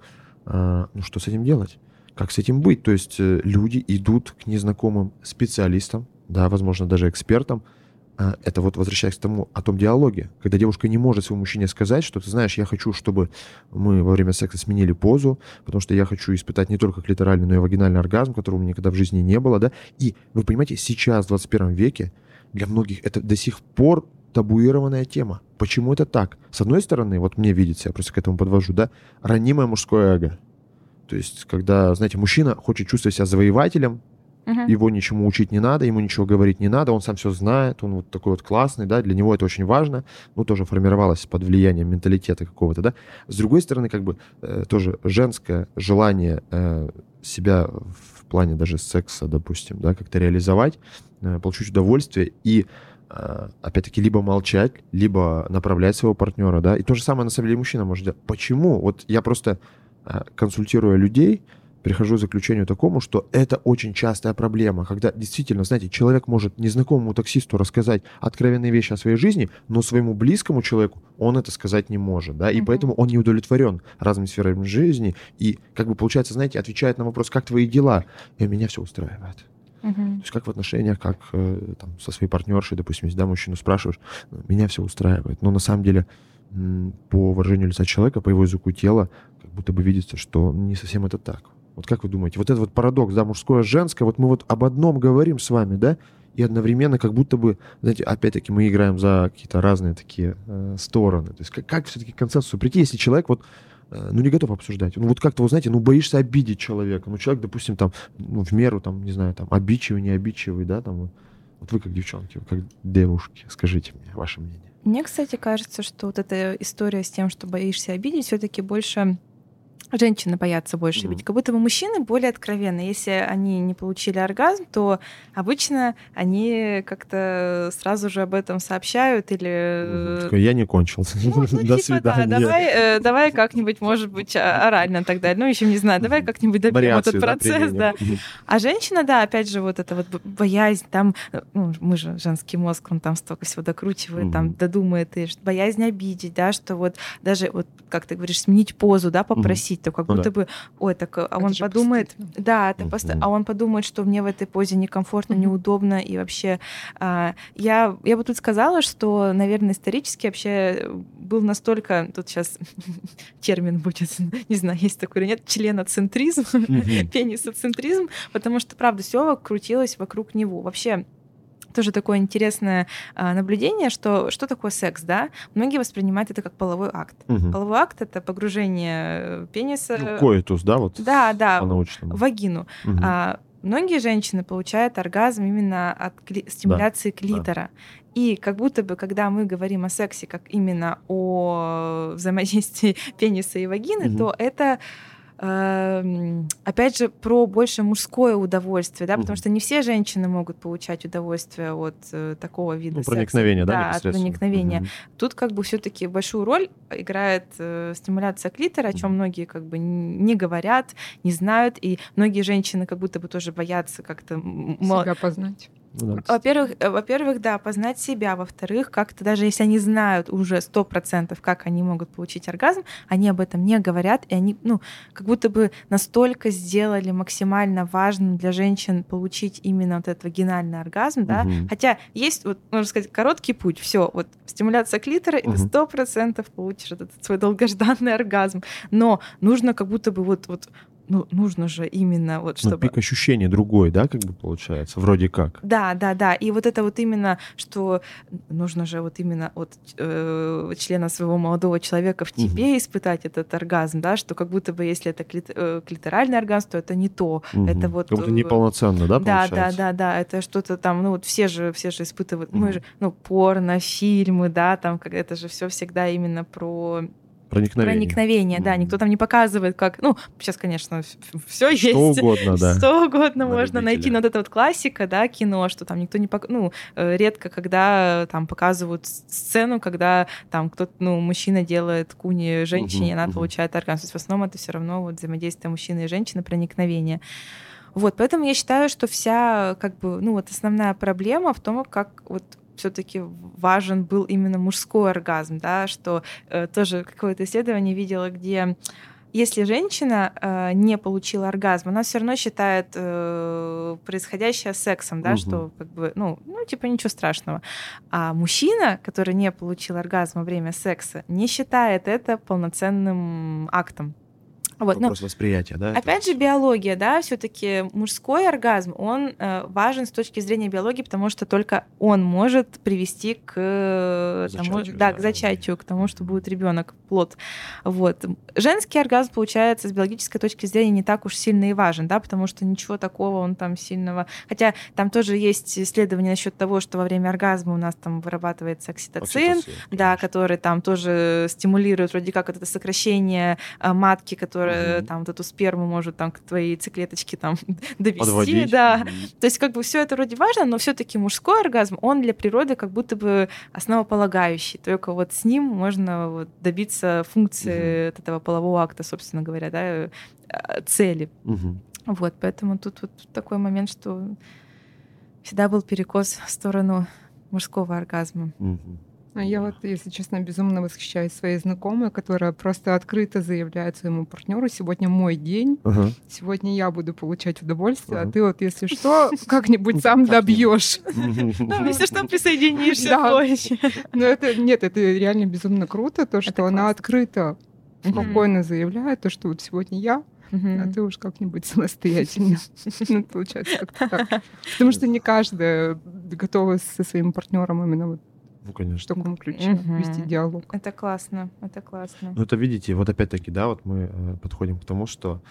Ну что с этим делать? Как с этим быть? То есть люди идут к незнакомым специалистам, да, возможно, даже экспертам. Это вот возвращаясь к тому, о том диалоге, когда девушка не может своему мужчине сказать, что ты знаешь, я хочу, чтобы мы во время секса сменили позу, потому что я хочу испытать не только клиторальный, но и вагинальный оргазм, которого у меня никогда в жизни не было, да. И вы понимаете, сейчас, в 21 веке, для многих это до сих пор табуированная тема. Почему это так? С одной стороны, вот мне видится, я просто к этому подвожу, да, ранимое мужское эго. То есть, когда, знаете, мужчина хочет чувствовать себя завоевателем, его ничему учить не надо, ему ничего говорить не надо, он сам все знает, он вот такой вот классный, да, для него это очень важно, ну, тоже формировалось под влиянием менталитета какого-то, да. С другой стороны, как бы, тоже женское желание себя в плане даже секса, допустим, да, как-то реализовать, получить удовольствие и, опять-таки, либо молчать, либо направлять своего партнера, да. И то же самое, на самом деле, мужчина может делать. Почему? Вот я просто, консультируя людей, прихожу к заключению такому, что это очень частая проблема, когда действительно, знаете, человек может незнакомому таксисту рассказать откровенные вещи о своей жизни, но своему близкому человеку он это сказать не может, да, и поэтому он не удовлетворен разными сферами жизни, и, как бы, получается, знаете, отвечает на вопрос, как твои дела, и меня все устраивает. То есть как в отношениях, как там, со своей партнершей, допустим, если, да, мужчину спрашиваешь, меня все устраивает, но на самом деле по выражению лица человека, по его языку тела, как будто бы видится, что не совсем это так. Вот как вы думаете, вот этот вот парадокс, да, мужское, женское, вот мы вот об одном говорим с вами, да, и одновременно как будто бы, знаете, опять-таки мы играем за какие-то разные такие стороны. То есть как все-таки к консенсусу прийти, если человек вот, ну, не готов обсуждать. Ну, вот как-то, вы знаете, ну, боишься обидеть человека. Ну, человек, допустим, там, ну, в меру, там, не знаю, там, обидчивый, не обидчивый, да, там, вот вы как девчонки, как девушки, скажите мне ваше мнение. Мне, кстати, кажется, что вот эта история с тем, что боишься обидеть, все-таки больше женщины боятся больше, ведь как будто бы мужчины более откровенны. Если они не получили оргазм, то обычно они как-то сразу же об этом сообщают или... Я не кончил. До свидания. Да, давай как-нибудь, может быть, орально и так далее. Ну, еще не знаю, давай как-нибудь добьем этот процесс. Да. А женщина, да, опять же, вот эта вот боязнь, там, ну, мы же, женский мозг, он там столько всего докручивает, там, додумает, и боязнь обидеть, да, что вот даже, вот, как ты говоришь, сменить позу, да, попросить, то как будто бы, ой, так, а он подумает, да, а он подумает, что мне в этой позе некомфортно, неудобно, и вообще я бы тут сказала, что, наверное, исторически вообще был настолько, тут сейчас термин будет, не знаю, есть такой или нет, членоцентризм, пенисоцентризм, потому что, правда, все крутилось вокруг него. Вообще, тоже такое интересное наблюдение, что такое секс, да? Многие воспринимают это как половой акт. Половой акт — это погружение пениса... Ну, коитус, да? Вот да, по-научному. в вагину. Многие женщины получают оргазм именно от стимуляции клитора. И как будто бы, когда мы говорим о сексе как именно о взаимодействии пениса и вагины, то это... опять же, про больше мужское удовольствие, да, потому что не все женщины могут получать удовольствие от такого вида секса. Проникновения, да, от проникновения. Тут как бы все-таки большую роль играет стимуляция клитора, о чем многие как бы не говорят, не знают, и многие женщины как будто бы тоже боятся как-то... Себя познать. Во-первых, да, познать себя. Во-вторых, как-то даже если они знают уже 100%, как они могут получить оргазм, они об этом не говорят, и они, как будто бы настолько сделали максимально важным для женщин получить именно вот этот вагинальный оргазм, да. Хотя есть, вот, можно сказать, короткий путь. Все, вот стимуляция клитора, и ты 100% получишь этот свой долгожданный оргазм. Но нужно как будто бы нужно же именно вот чтобы... пик ощущений другой, да, как бы получается, вроде как. Да. И вот это вот именно, что нужно же вот именно от члена своего молодого человека в тебе испытать этот оргазм, да, что как будто бы если это клиторальный оргазм, то это не то. Это вот... Как будто неполноценно, да, получается? Да, это что-то там, все же испытывают, мы же, порно, фильмы, да, там, это же все всегда именно про... Проникновение, да. Никто там не показывает, как... сейчас, конечно, все есть. Что угодно, да. Что угодно можно найти. Но вот это вот классика, да, кино, что там никто не показывает... редко, когда там показывают сцену, когда там кто-то, мужчина делает куни женщине, и она получает оргазм. То есть в основном это все равно вот взаимодействие мужчины и женщины, проникновение. Вот, поэтому я считаю, что вся, как бы, основная проблема в том, как вот все-таки важен был именно мужской оргазм, да, что тоже какое-то исследование видела, где если женщина не получила оргазм, она все равно считает происходящее сексом, да, что как бы, ничего страшного. А мужчина, который не получил оргазм во время секса, не считает это полноценным актом. Вопрос восприятия, да? Опять же, биология, да, все-таки мужской оргазм, он важен с точки зрения биологии, потому что только он может привести к зачатию, к тому, что будет ребенок, плод. Вот. Женский оргазм, получается, с биологической точки зрения не так уж сильно и важен, да, потому что ничего такого он там сильного... Хотя там тоже есть исследования насчет того, что во время оргазма у нас там вырабатывается окситоцин, да, который там тоже стимулирует вроде как это сокращение матки, которая там вот эту сперму может там к твоей яйцеклеточке там довести, подводить. Да. То есть как бы все это вроде важно, но все-таки мужской оргазм, он для природы как будто бы основополагающий. Только вот с ним можно вот добиться функции этого полового акта, собственно говоря, да, цели. Вот, поэтому тут вот такой момент, что всегда был перекос в сторону мужского оргазма. Я вот, если честно, безумно восхищаюсь своей знакомой, которая просто открыто заявляет своему партнеру: сегодня мой день, сегодня я буду получать удовольствие, а ты вот, если что, как-нибудь сам добьешь. Если что, присоединишься позже. Но это реально безумно круто, то, что она открыто, спокойно заявляет, то, что вот сегодня я, а ты уж как-нибудь самостоятельно. Получается как-то так. Потому что не каждая готова со своим партнером именно вот в таком ключе вести диалог. Это классно, это классно. Ну, это, видите, вот опять-таки, да, вот мы подходим к тому, что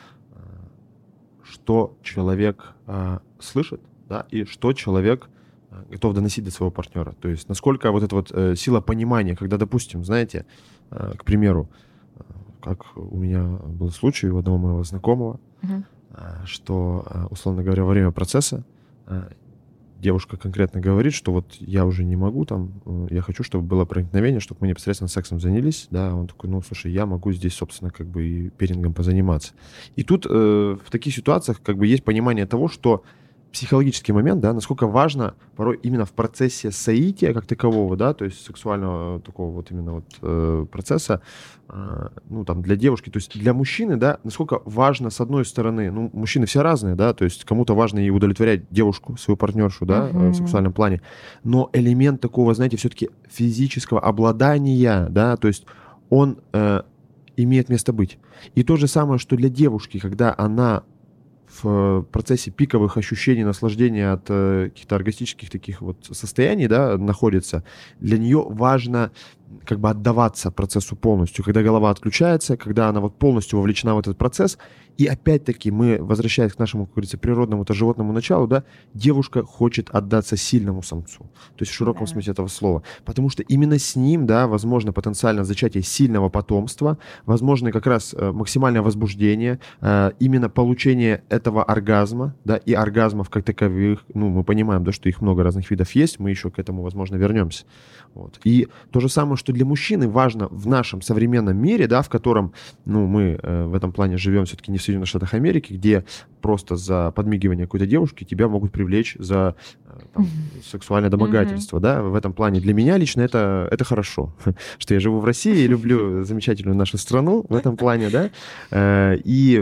человек слышит, да, и что человек готов доносить до своего партнера. То есть насколько вот эта вот сила понимания, когда, допустим, знаете, к примеру, как у меня был случай у одного моего знакомого, что, условно говоря, во время процесса девушка конкретно говорит, что вот я уже не могу, там, я хочу, чтобы было проникновение, чтобы мы непосредственно сексом занялись, да, он такой, слушай, я могу здесь, собственно, как бы и пирингом позаниматься. И тут в таких ситуациях как бы есть понимание того, что психологический момент, да, насколько важно порой именно в процессе соития как такового, да, то есть сексуального такого вот именно вот процесса, там для девушки, то есть для мужчины, да, насколько важно с одной стороны, мужчины все разные, да, то есть кому-то важно и удовлетворять девушку, свою партнершу, да, в сексуальном плане, но элемент такого, знаете, все-таки физического обладания, да, то есть он имеет место быть. И то же самое, что для девушки, когда она в процессе пиковых ощущений, наслаждения от каких-то оргастических таких вот состояний, да, находится, для нее важно как бы отдаваться процессу полностью, когда голова отключается, когда она вот полностью вовлечена в этот процесс. И опять-таки мы, возвращаясь к нашему, как говорится, природному, животному началу, да, девушка хочет отдаться сильному самцу, то есть в широком смысле этого слова, потому что именно с ним, да, возможно потенциально зачатие сильного потомства, возможно как раз максимальное возбуждение, именно получение этого оргазма, да, и оргазмов как таковых, мы понимаем, да, что их много разных видов есть, мы еще к этому, возможно, вернемся. Вот. И то же самое, что для мужчины важно в нашем современном мире, да, в котором, ну, мы в этом плане живем все-таки не в Соединенных Штатах Америки, где просто за подмигивание какой-то девушки тебя могут привлечь за там, сексуальное домогательство, да, в этом плане для меня лично это хорошо, что я живу в России и люблю замечательную нашу страну в этом плане, да, и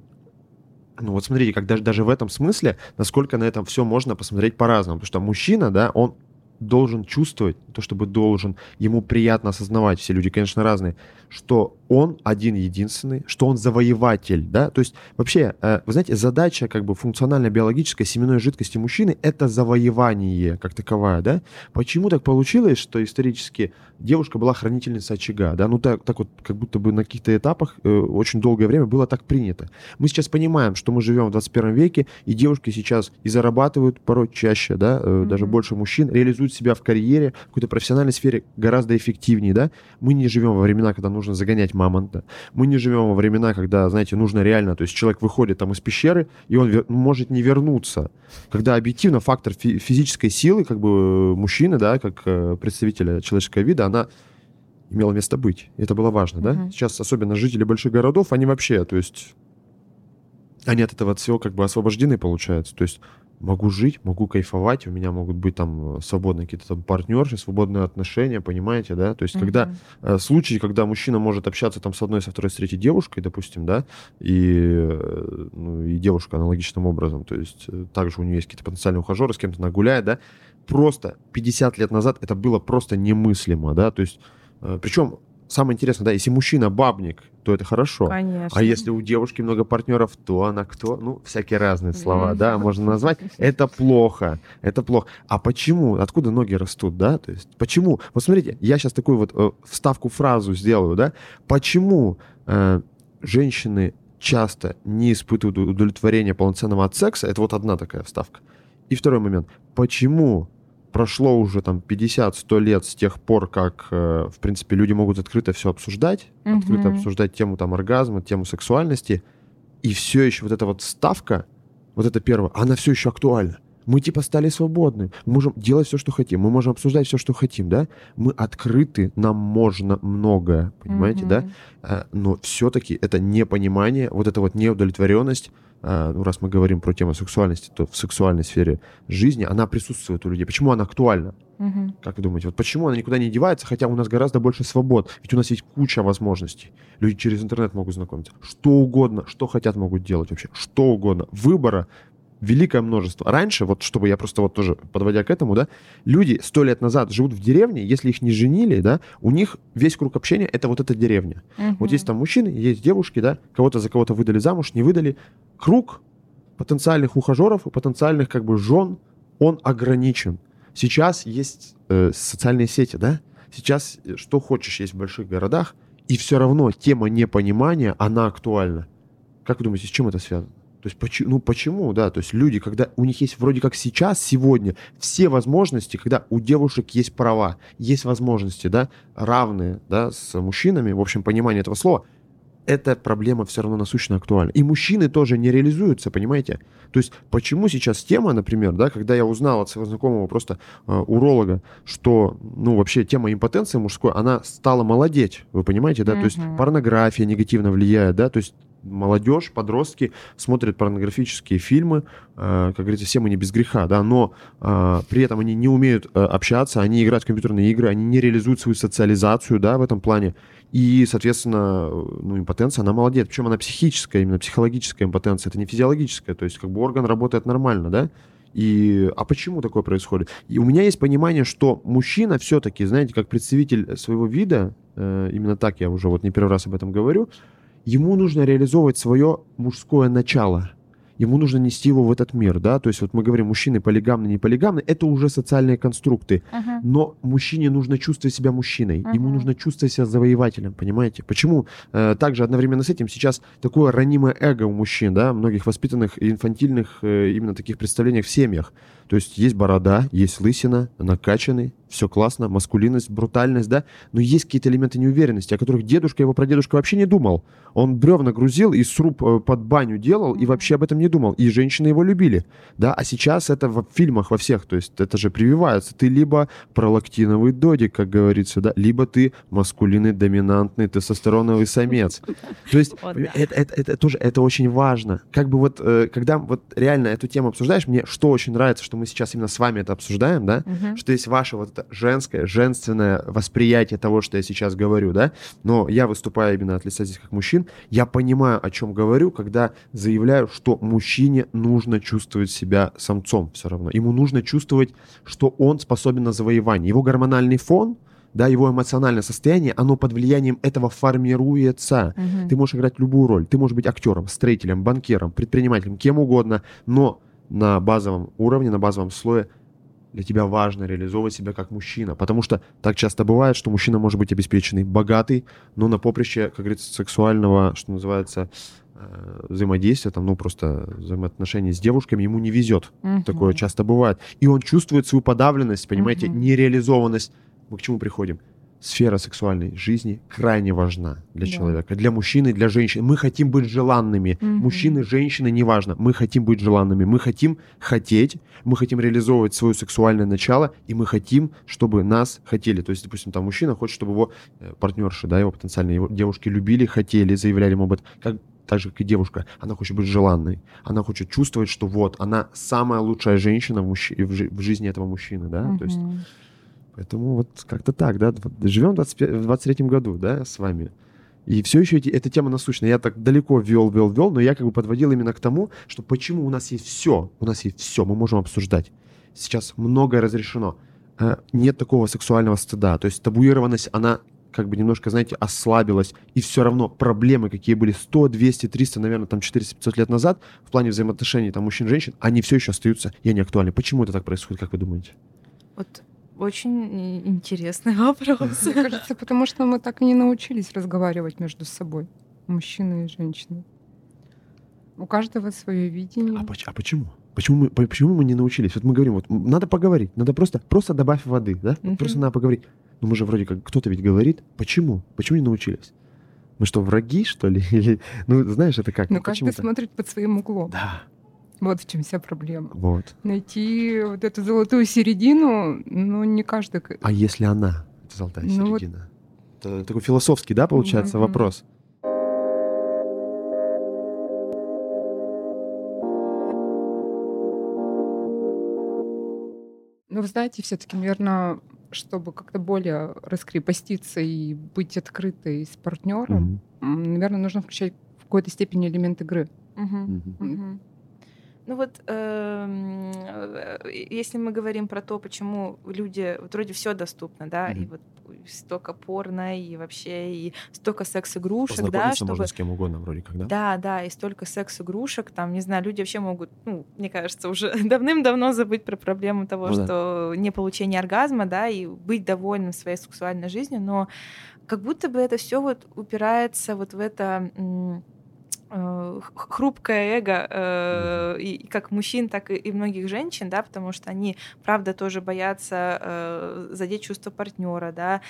ну вот смотрите, как даже в этом смысле, насколько на этом все можно посмотреть по-разному, потому что мужчина, да, он должен чувствовать, не то чтобы должен, ему приятно осознавать, все люди, конечно, разные, что он один-единственный, что он завоеватель, да, то есть вообще, вы знаете, задача как бы функционально-биологической семенной жидкости мужчины — это завоевание как таковая, да. Почему так получилось, что исторически девушка была хранительницей очага, да, ну так вот как будто бы на каких-то этапах очень долгое время было так принято. Мы сейчас понимаем, что мы живем в 21 веке, и девушки сейчас и зарабатывают порой чаще, да, даже больше мужчин, реализуют себя в карьере, в какой-то профессиональной сфере гораздо эффективнее, да. Мы не живем во времена, когда нужно загонять мамонта. Мы не живем во времена, когда, знаете, нужно реально, то есть человек выходит там из пещеры, и он может не вернуться. Когда объективно фактор физической силы, как бы мужчины, да, как представителя человеческого вида, она имела место быть. И это было важно, да. Сейчас особенно жители больших городов, они вообще, то есть они от этого всего как бы освобождены, получается. То есть могу жить, могу кайфовать, у меня могут быть там свободные какие-то там партнерши, свободные отношения, понимаете, да? То есть когда случаи, когда мужчина может общаться там с одной, со второй, с третьей девушкой, допустим, да, и девушка аналогичным образом, то есть также у нее есть какие-то потенциальные ухажеры, с кем-то она гуляет, да, просто 50 лет назад это было просто немыслимо, да, то есть причем самое интересное, да, если мужчина бабник, то это хорошо. Конечно. А если у девушки много партнеров, то она кто? Ну, всякие разные слова, да, можно назвать. Это плохо, это плохо. А почему? Откуда ноги растут, да? То есть почему? Вот смотрите, я сейчас такую вот вставку-фразу сделаю, да? Почему женщины часто не испытывают удовлетворения полноценного от секса? Это вот одна такая вставка. И второй момент. Почему прошло уже там 50-100 лет с тех пор, как, в принципе, люди могут открыто все обсуждать, открыто обсуждать тему там оргазма, тему сексуальности, и все еще вот эта вот ставка, вот эта первая, она все еще актуальна. Мы типа стали свободны, мы можем делать все, что хотим, мы можем обсуждать все, что хотим, да? Мы открыты, нам можно многое, понимаете, да? Но все-таки это непонимание, вот эта вот неудовлетворенность, ну, раз мы говорим про тему сексуальности, то в сексуальной сфере жизни она присутствует у людей. Почему она актуальна? Как вы думаете? Вот почему она никуда не девается, хотя у нас гораздо больше свобод? Ведь у нас есть куча возможностей. Люди через интернет могут знакомиться. Что угодно, что хотят, могут делать вообще. Что угодно. Выбора великое множество. Раньше, вот чтобы я просто вот тоже, подводя к этому, да, люди 100 лет назад живут в деревне, если их не женили, да, у них весь круг общения — это вот эта деревня. Вот есть там мужчины, есть девушки, да, кого-то за кого-то выдали замуж, не выдали. Круг потенциальных ухажеров и потенциальных как бы жен, он ограничен. Сейчас есть социальные сети, да, сейчас что хочешь есть в больших городах, и все равно тема непонимания, она актуальна. Как вы думаете, с чем это связано? То есть почему, да, то есть люди, когда у них есть вроде как сейчас, сегодня, все возможности, когда у девушек есть права, есть возможности, да, равные, да, с мужчинами, в общем, понимание этого слова, эта проблема все равно насущно актуальна. И мужчины тоже не реализуются, понимаете? То есть почему сейчас тема, например, да, когда я узнал от своего знакомого просто уролога, что, ну, вообще тема импотенции мужской, она стала молодеть, вы понимаете, да? То есть порнография негативно влияет, да, то есть молодежь, подростки смотрят порнографические фильмы, как говорится, все мы не без греха, да, но при этом они не умеют общаться, они играют в компьютерные игры, они не реализуют свою социализацию, да, в этом плане. И, соответственно, ну, импотенция, она молодеет. Причем она психическая, именно психологическая импотенция, это не физиологическая, то есть как бы орган работает нормально, да. А почему такое происходит? И у меня есть понимание, что мужчина все-таки, знаете, как представитель своего вида, именно так я уже вот не первый раз об этом говорю, ему нужно реализовывать свое мужское начало. Ему нужно нести его в этот мир, да, то есть вот мы говорим, мужчины полигамны, не полигамны, это уже социальные конструкты, но мужчине нужно чувствовать себя мужчиной, ему нужно чувствовать себя завоевателем, понимаете? Почему также одновременно с этим сейчас такое ранимое эго у мужчин, да, многих воспитанных и инфантильных именно таких представлениях в семьях, то есть есть борода, есть лысина, накачанный, все классно, маскулинность, брутальность, да, но есть какие-то элементы неуверенности, о которых дедушка, его прадедушка вообще не думал. Он бревна грузил и сруб под баню делал и вообще об этом не думал. И женщины его любили, да, а сейчас это в фильмах во всех, то есть это же прививается. Ты либо пролактиновый додик, как говорится, да, либо ты маскулинный, доминантный, тестостероновый самец. То есть это тоже, это очень важно. Как бы вот, когда вот реально эту тему обсуждаешь, мне что очень нравится, что мы сейчас именно с вами это обсуждаем, да, что есть ваше вот это женское, женственное восприятие того, что я сейчас говорю, да, но я выступаю именно от лица здесь как мужчин, я понимаю, о чем говорю, когда заявляю, что мужчине нужно чувствовать себя самцом все равно. Ему нужно чувствовать, что он способен на завоевание. Его гормональный фон, да, его эмоциональное состояние, оно под влиянием этого формируется. Ты можешь играть любую роль. Ты можешь быть актером, строителем, банкиром, предпринимателем, кем угодно, но на базовом уровне, на базовом слое для тебя важно реализовывать себя как мужчина. Потому что так часто бывает, что мужчина может быть обеспеченный, богатый, но на поприще, как говорится, сексуального, что называется, взаимодействия, там, ну, просто взаимоотношений с девушками ему не везет. Такое часто бывает. И он чувствует свою подавленность, понимаете, нереализованность. Мы к чему приходим? Сфера сексуальной жизни крайне важна для человека, для мужчины, для женщины. Мы хотим быть желанными. Мужчины, женщины, неважно. Мы хотим быть желанными. Мы хотим хотеть, мы хотим реализовывать свое сексуальное начало, и мы хотим, чтобы нас хотели. То есть, допустим, там мужчина хочет, чтобы его партнерши, да, его потенциальные его девушки любили, хотели, заявляли ему об этом. Так же, как и девушка, она хочет быть желанной. Она хочет чувствовать, что вот, она самая лучшая женщина в жизни этого мужчины, да, то есть... Поэтому вот как-то так, да, живем в 23-м году, да, с вами. И все еще эта тема насущная. Я так далеко вел, но я как бы подводил именно к тому, что почему у нас есть все, мы можем обсуждать. Сейчас многое разрешено. Нет такого сексуального стыда. То есть табуированность, она как бы немножко, знаете, ослабилась. И все равно проблемы, какие были 100, 200, 300, наверное, там 400-500 лет назад в плане взаимоотношений там мужчин и женщин, они все еще остаются и они актуальны. Почему это так происходит, как вы думаете? Вот очень интересный вопрос. Мне кажется, потому что мы так и не научились разговаривать между собой, мужчины и женщины. У каждого свое видение. А почему? Почему мы не научились? Вот мы говорим, вот надо поговорить, надо просто добавь воды, да? Просто надо поговорить. Но мы же вроде как, кто-то ведь говорит. Почему? Почему не научились? Мы что, враги, что ли? Или, ну, знаешь, это как? Ну, каждый смотрит под своим углом. Да. Вот в чем вся проблема. Вот. Найти вот эту золотую середину, ну, не каждый... А если она, это золотая середина? Вот... Это такой философский, да, получается, вопрос? Ну, вы знаете, все-таки, наверное, чтобы как-то более раскрепоститься и быть открытой с партнером, наверное, нужно включать в какой-то степени элемент игры. Ну вот, если мы говорим про то, почему люди, вот вроде все доступно, да, и вот столько порно, и вообще, и столько секс-игрушек, да, чтобы... можно с кем угодно вроде как, да? Да, да, и столько секс-игрушек, там, не знаю, люди вообще могут, ну, мне кажется, уже давным-давно забыть про проблему того, что не получение оргазма, да, и быть довольным своей сексуальной жизнью, но как будто бы это все вот упирается вот в это... хрупкое эго и как мужчин, так и многих женщин, да, потому что они, правда, тоже боятся задеть чувства партнера, да.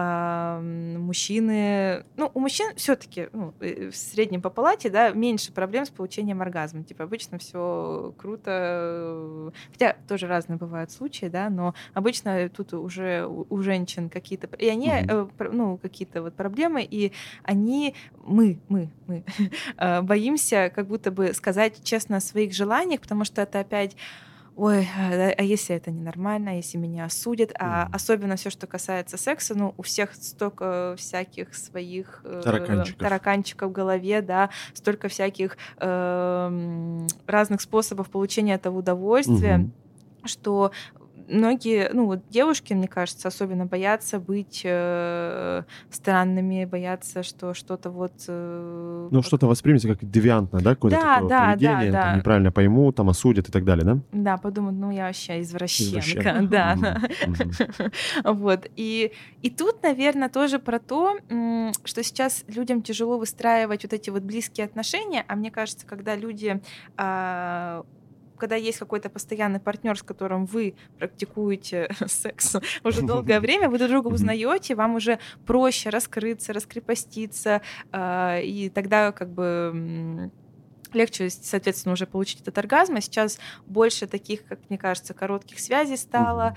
Мужчины, ну, у мужчин все-таки, ну, в среднем по палате, да, меньше проблем с получением оргазма. Типа обычно все круто, хотя тоже разные бывают случаи, да, но обычно тут уже у женщин какие-то, и они, ну, какие-то вот проблемы, и они, мы боимся как будто бы сказать честно о своих желаниях, потому что это опять, ой, а если это ненормально, а если меня осудят, а особенно все, что касается секса, ну, у всех столько всяких своих тараканчиков в голове, да, столько всяких разных способов получения этого удовольствия, что многие, ну вот девушки, мне кажется, особенно боятся быть странными, боятся, что что-то вот... Ну, что-то воспримется как девиантно, да, какое-то такое поведение, там, неправильно пойму, там осудят и так далее, да? Да, подумают, ну, я вообще извращенка, да. Вот, и тут, наверное, тоже про то, что сейчас людям тяжело выстраивать вот эти вот близкие отношения, а мне кажется, когда люди... когда есть какой-то постоянный партнер, с которым вы практикуете секс уже долгое время, вы друг друга узнаете, вам уже проще раскрыться, раскрепоститься, и тогда как бы легче, соответственно, уже получить этот оргазм. А сейчас больше таких, как мне кажется, коротких связей стало.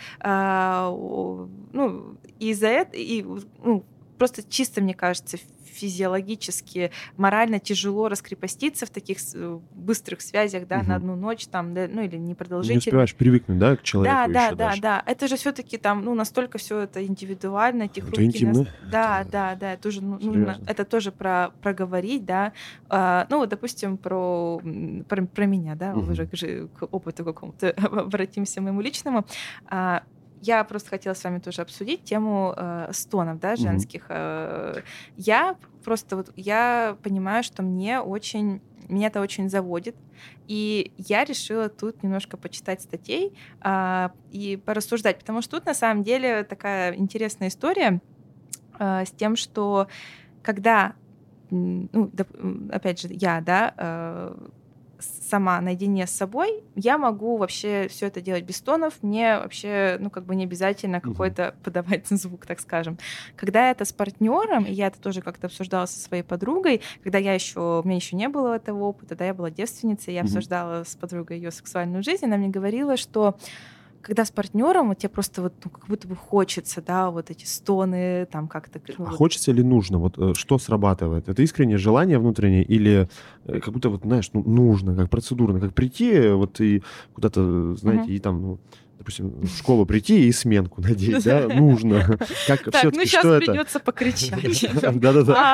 Ну, из-за этого, просто чисто, мне кажется, физиологически, морально тяжело раскрепоститься в таких быстрых связях, да, на одну ночь, там, да, ну или непродолжительно. Не успеваешь привыкнуть, да, к человеку да, еще даже. Да. Это же все-таки там, настолько все это индивидуально, эти это интимно. Да, это уже нужно, это тоже проговорить, да. Вот, допустим, про меня, да, уже к опыту какому-то обратимся моему личному. Я просто хотела с вами тоже обсудить тему стонов, да, женских. Я понимаю, что меня это очень заводит, и я решила тут немножко почитать статей и порассуждать, потому что тут на самом деле такая интересная история с тем, что когда, опять же, я, да, сама наедине с собой, я могу вообще все это делать без стонов, мне вообще, не обязательно какой-то подавать звук, так скажем. Когда это с партнером, и я это тоже как-то обсуждала со своей подругой, когда у меня еще не было этого опыта, да, я была девственницей, я обсуждала с подругой ее сексуальную жизнь, она мне говорила, что когда с партнером, вот тебе просто как будто бы хочется, да, вот эти стоны, там как-то... Хочется или нужно? Вот что срабатывает? Это искреннее желание внутреннее или как будто вот, знаешь, нужно, как процедурно, как прийти вот и куда-то, знаете, и там, допустим, в школу прийти и сменку надеть, да, нужно. Как все-таки сейчас что это? Придется покричать. Да-да-да.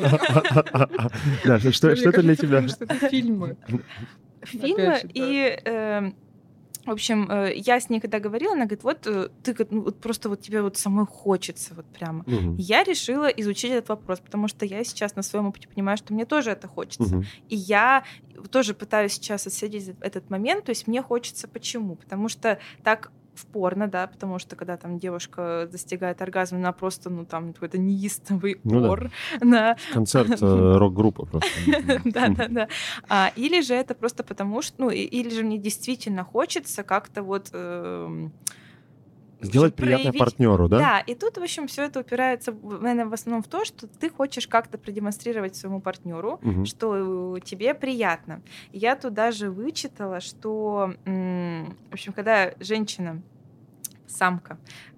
Что это для тебя? Что это фильмы. Фильмы и... В общем, я с ней когда говорила, она говорит, вот ты просто вот тебе вот самой хочется вот прямо. Я решила изучить этот вопрос, потому что я сейчас на своем опыте понимаю, что мне тоже это хочется. И я тоже пытаюсь сейчас отследить этот момент, то есть мне хочется почему? Потому что так в порно, да, потому что когда там девушка достигает оргазма, она просто, какой-то неистовый ор. Да. Концерт рок-группы просто. Да. Или же это просто потому, что, или же мне действительно хочется как-то вот... Сделать приятное партнеру, да? Да, и тут, в общем, все это упирается, наверное, в основном в то, что ты хочешь как-то продемонстрировать своему партнеру, что тебе приятно. И я тут даже вычитала, что, в общем, когда женщина, самка,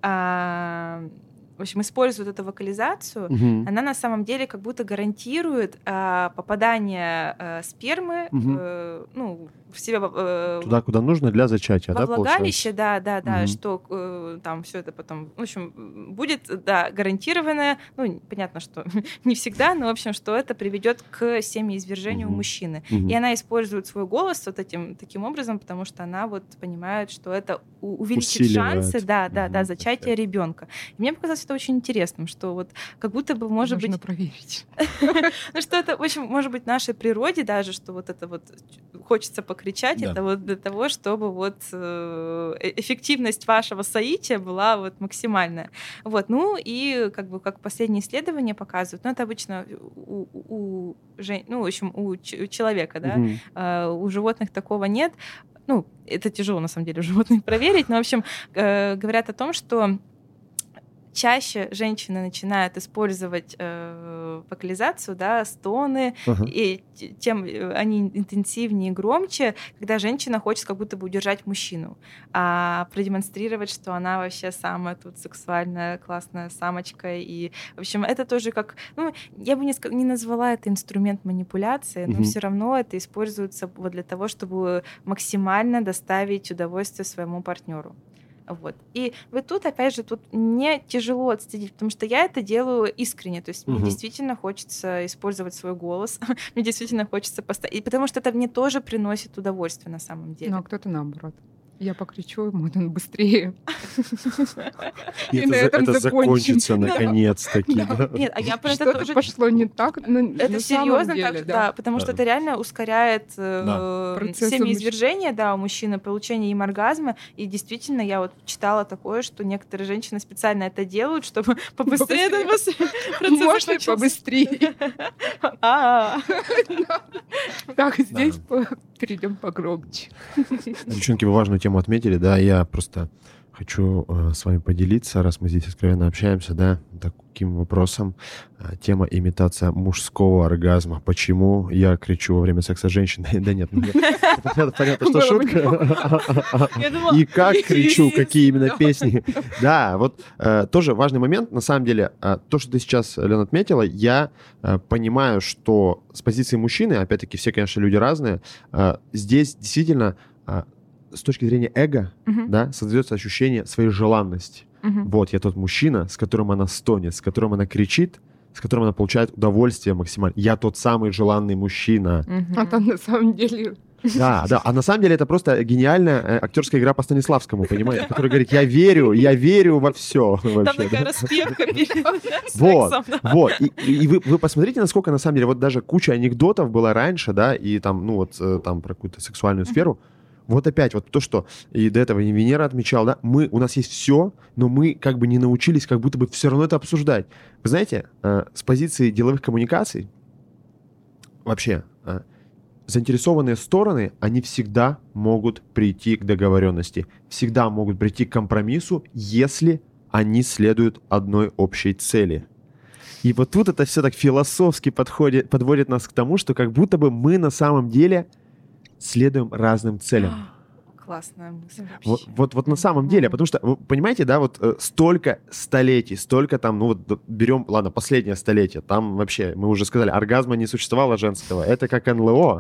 в общем, использует эту вокализацию, она на самом деле как будто гарантирует попадание спермы в себя... Туда, куда нужно для зачатия, во да, влагалище, да, что там все это потом, в общем, будет, да, гарантированное, понятно, что не всегда, но, в общем, что это приведет к семяизвержению мужчины. И она использует свой голос вот таким образом, потому что она вот понимает, что это увеличит шансы, зачатия ребенка. И мне показалось это очень интересным, что вот как будто бы, может быть... Нужно проверить. Что это, в общем, может быть, в нашей природе даже, что вот это вот хочется покричать, это вот для того, чтобы вот эффективность вашего соития была вот максимальная. Вот, и как последние исследования показывают, это обычно у человека, да, у животных такого нет. Это тяжело, на самом деле, у животных проверить, но, в общем, говорят о том, что чаще женщины начинают использовать вокализацию, да, стоны, и тем они интенсивнее и громче, когда женщина хочет как будто бы удержать мужчину, продемонстрировать, что она вообще самая тут сексуальная, классная самочка. И, в общем, это тоже как... я бы не назвала это инструмент манипуляции, но все равно это используется вот для того, чтобы максимально доставить удовольствие своему партнеру. Вот. И вот тут, опять же, мне тяжело отследить, потому что я это делаю искренне. То есть мне действительно хочется использовать свой голос, мне действительно хочется поставить, потому что это мне тоже приносит удовольствие на самом деле. Ну, а кто-то наоборот. Я покричу ему, он быстрее. И это закончится наконец-таки. Нет, а я про это тоже... пошло не так. Это серьезно так, да, потому что это реально ускоряет семяизвержение, да, у мужчины, получение им оргазма. И действительно, я вот читала такое, что некоторые женщины специально это делают, чтобы побыстрее этот процесс... Можно побыстрее. Так, здесь перейдем погромче. Девчонки, вы важную тему отметили, да, я просто хочу с вами поделиться, раз мы здесь откровенно общаемся, да, таким вопросом. Тема имитация мужского оргазма. Почему я кричу во время секса с женщиной? Да нет, понятно, что шутка. И как кричу, какие именно песни. Да, вот тоже важный момент. На самом деле, то, что ты сейчас, Лена, отметила, я понимаю, что с позиции мужчины, опять-таки, все, конечно, люди разные, здесь действительно с точки зрения эго, да, создается ощущение своей желанности. Вот, я тот мужчина, с которым она стонет, с которым она кричит, с которым она получает удовольствие максимально. Я тот самый желанный мужчина. А там на самом деле... Да. А на самом деле это просто гениальная актерская игра по Станиславскому, понимаете? Который говорит, я верю во все. Там такая распевка перед Вот. И вы посмотрите, насколько на самом деле, вот даже куча анекдотов была раньше, да, и там, ну вот, там про какую-то сексуальную сферу. Вот опять, вот то, что и до этого и Венера отмечал, да, у нас есть все, но мы как бы не научились как будто бы все равно это обсуждать. Вы знаете, с позиции деловых коммуникаций вообще заинтересованные стороны, они всегда могут прийти к договоренности, всегда могут прийти к компромиссу, если они следуют одной общей цели. И вот тут это все так философски подводит нас к тому, что как будто бы мы на самом деле следуем разным целям. Классная мысль. Вот на самом деле, потому что, вы понимаете, да, вот столько столетий, столько там, ну вот берем, ладно, последнее столетие, там вообще, мы уже сказали, оргазма не существовало женского, это как НЛО,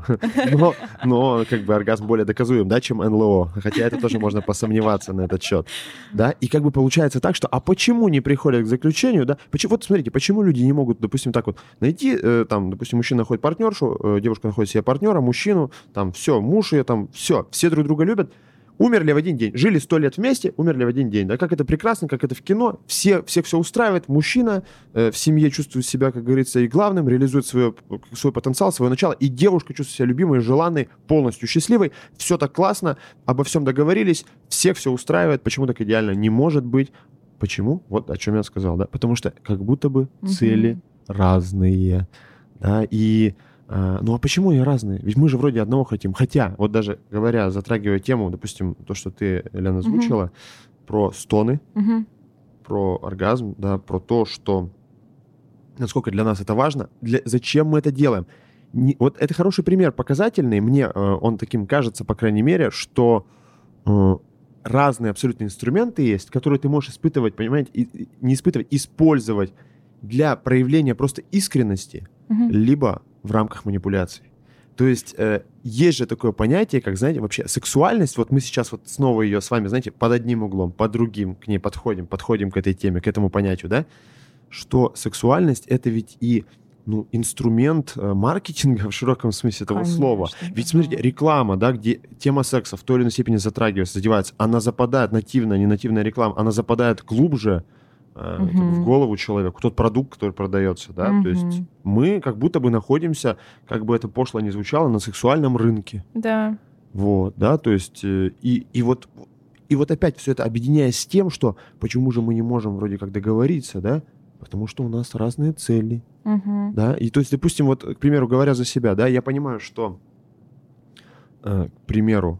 но как бы оргазм более доказуем, да, чем НЛО, хотя это тоже можно посомневаться на этот счет, да, и как бы получается так, что, а почему не приходят к заключению, да, вот смотрите, почему люди не могут, допустим, так вот найти, там, допустим, мужчина находит партнершу, девушка находит себе партнера, мужчину, там, все, муж ее, там, все друг друга любят. Умерли в один день. Жили 100 лет вместе, умерли в один день. Да, как это прекрасно, как это в кино. Всех все устраивает. Мужчина в семье чувствует себя, как говорится, и главным, реализует свой потенциал, свое начало. И девушка чувствует себя любимой, желанной, полностью счастливой. Все так классно, обо всем договорились, всех все устраивает. Почему так идеально не может быть? Почему? Вот о чем я сказал, да. Потому что как будто бы цели разные. Да, и... Ну а почему они разные? Ведь мы же вроде одного хотим. Хотя, вот даже говоря, затрагивая тему, допустим, то, что ты, Лена, озвучила, про стоны, про оргазм, да, про то, что насколько для нас это важно, зачем мы это делаем. Вот это хороший пример, показательный. Мне он таким кажется, по крайней мере, что разные абсолютно инструменты есть, которые ты можешь испытывать, понимаете, не испытывать, использовать для проявления просто искренности, либо в рамках манипуляций. То есть есть же такое понятие, как, знаете, вообще сексуальность, вот мы сейчас вот снова ее с вами, знаете, под одним углом, под другим к ней подходим к этой теме, к этому понятию, да, что сексуальность — это ведь и инструмент маркетинга в широком смысле этого слова. Ведь, смотрите, реклама, да, где тема секса в той или иной степени затрагивается, задевается, она западает, нативная, не нативная реклама, она западает глубже в голову человеку, тот продукт, который продается, да, то есть мы как будто бы находимся, как бы это пошло ни звучало, на сексуальном рынке. Да. Вот, да, то есть и вот опять все это объединяясь с тем, что почему же мы не можем вроде как договориться, да, потому что у нас разные цели, да, и то есть, допустим, вот, к примеру, говоря за себя, да, я понимаю, что, к примеру,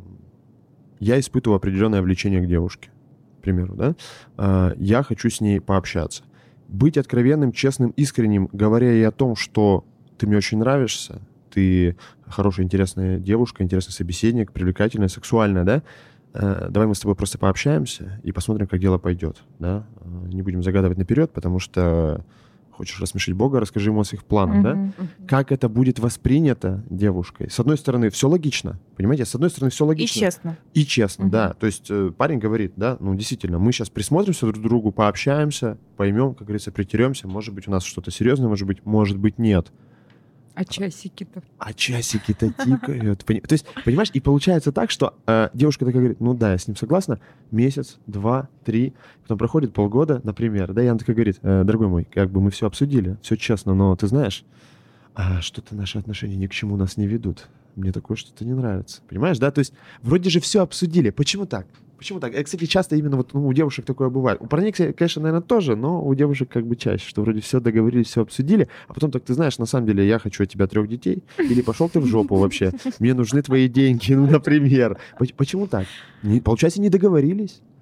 я испытываю определенное влечение к девушке, к примеру, да, я хочу с ней пообщаться. Быть откровенным, честным, искренним, говоря ей о том, что ты мне очень нравишься, ты хорошая, интересная девушка, интересный собеседник, привлекательная, сексуальная, да, давай мы с тобой просто пообщаемся и посмотрим, как дело пойдет, да, не будем загадывать наперед, потому что хочешь рассмешить Бога, расскажи ему о своих планах, да? Как это будет воспринято девушкой? С одной стороны, все логично, понимаете? С одной стороны, все логично. И честно. И честно, да. То есть парень говорит, да, ну, действительно, мы сейчас присмотримся друг к другу, пообщаемся, поймем, как говорится, притеремся. Может быть, у нас что-то серьезное, может быть, нет. А часики-то? А часики-то тикают. То есть, понимаешь, и получается так, что девушка такая говорит, ну да, я с ним согласна, месяц, 2, 3, потом проходит полгода, например, да, и она такая говорит, дорогой мой, как бы мы все обсудили, все честно, но ты знаешь, что-то наши отношения ни к чему нас не ведут. Мне такое что-то не нравится. Понимаешь, да? То есть вроде же все обсудили. Почему так? Почему так? Кстати, часто именно вот у девушек такое бывает. У парней, конечно, наверное, тоже, но у девушек как бы чаще, что вроде все договорились, все обсудили, а потом так, ты знаешь, на самом деле я хочу от тебя 3 детей, или пошел ты в жопу вообще, мне нужны твои деньги, ну, например. Почему так? Получается, не договорились.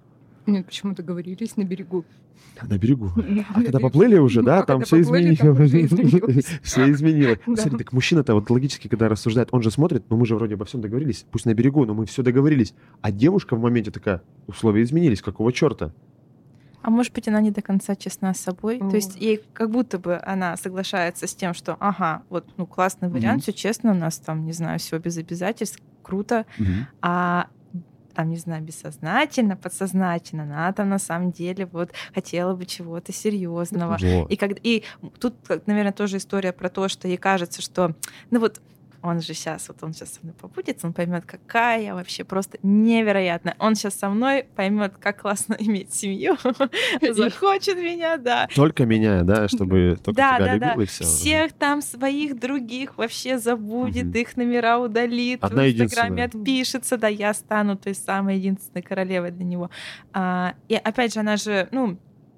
Нет, почему-то договорились на берегу. На берегу. А когда поплыли уже, да, там все изменилось. Все изменилось. Смотри, так мужчина-то вот логически, когда рассуждает, он же смотрит, ну мы же вроде обо всем договорились, пусть на берегу, но мы все договорились. А девушка в моменте такая, условия изменились, какого черта? А может быть, она не до конца честна с собой. То есть ей как будто бы она соглашается с тем, что ага, вот ну классный вариант, все честно, у нас там, не знаю, все без обязательств, круто. А там, не знаю, бессознательно, подсознательно, она там на самом деле вот хотела бы чего-то серьезного. И тут, наверное, тоже история про то, что ей кажется, что ну вот он сейчас со мной побудет, он поймет, какая я вообще просто невероятная. Он сейчас со мной поймет, как классно иметь семью, захочет меня, да. Только меня, да, чтобы только тебя любил и все. Всех там своих других вообще забудет, их номера удалит, одна в Инстаграме отпишется, да, я стану той самой единственной королевой для него. И опять же, она же, ну,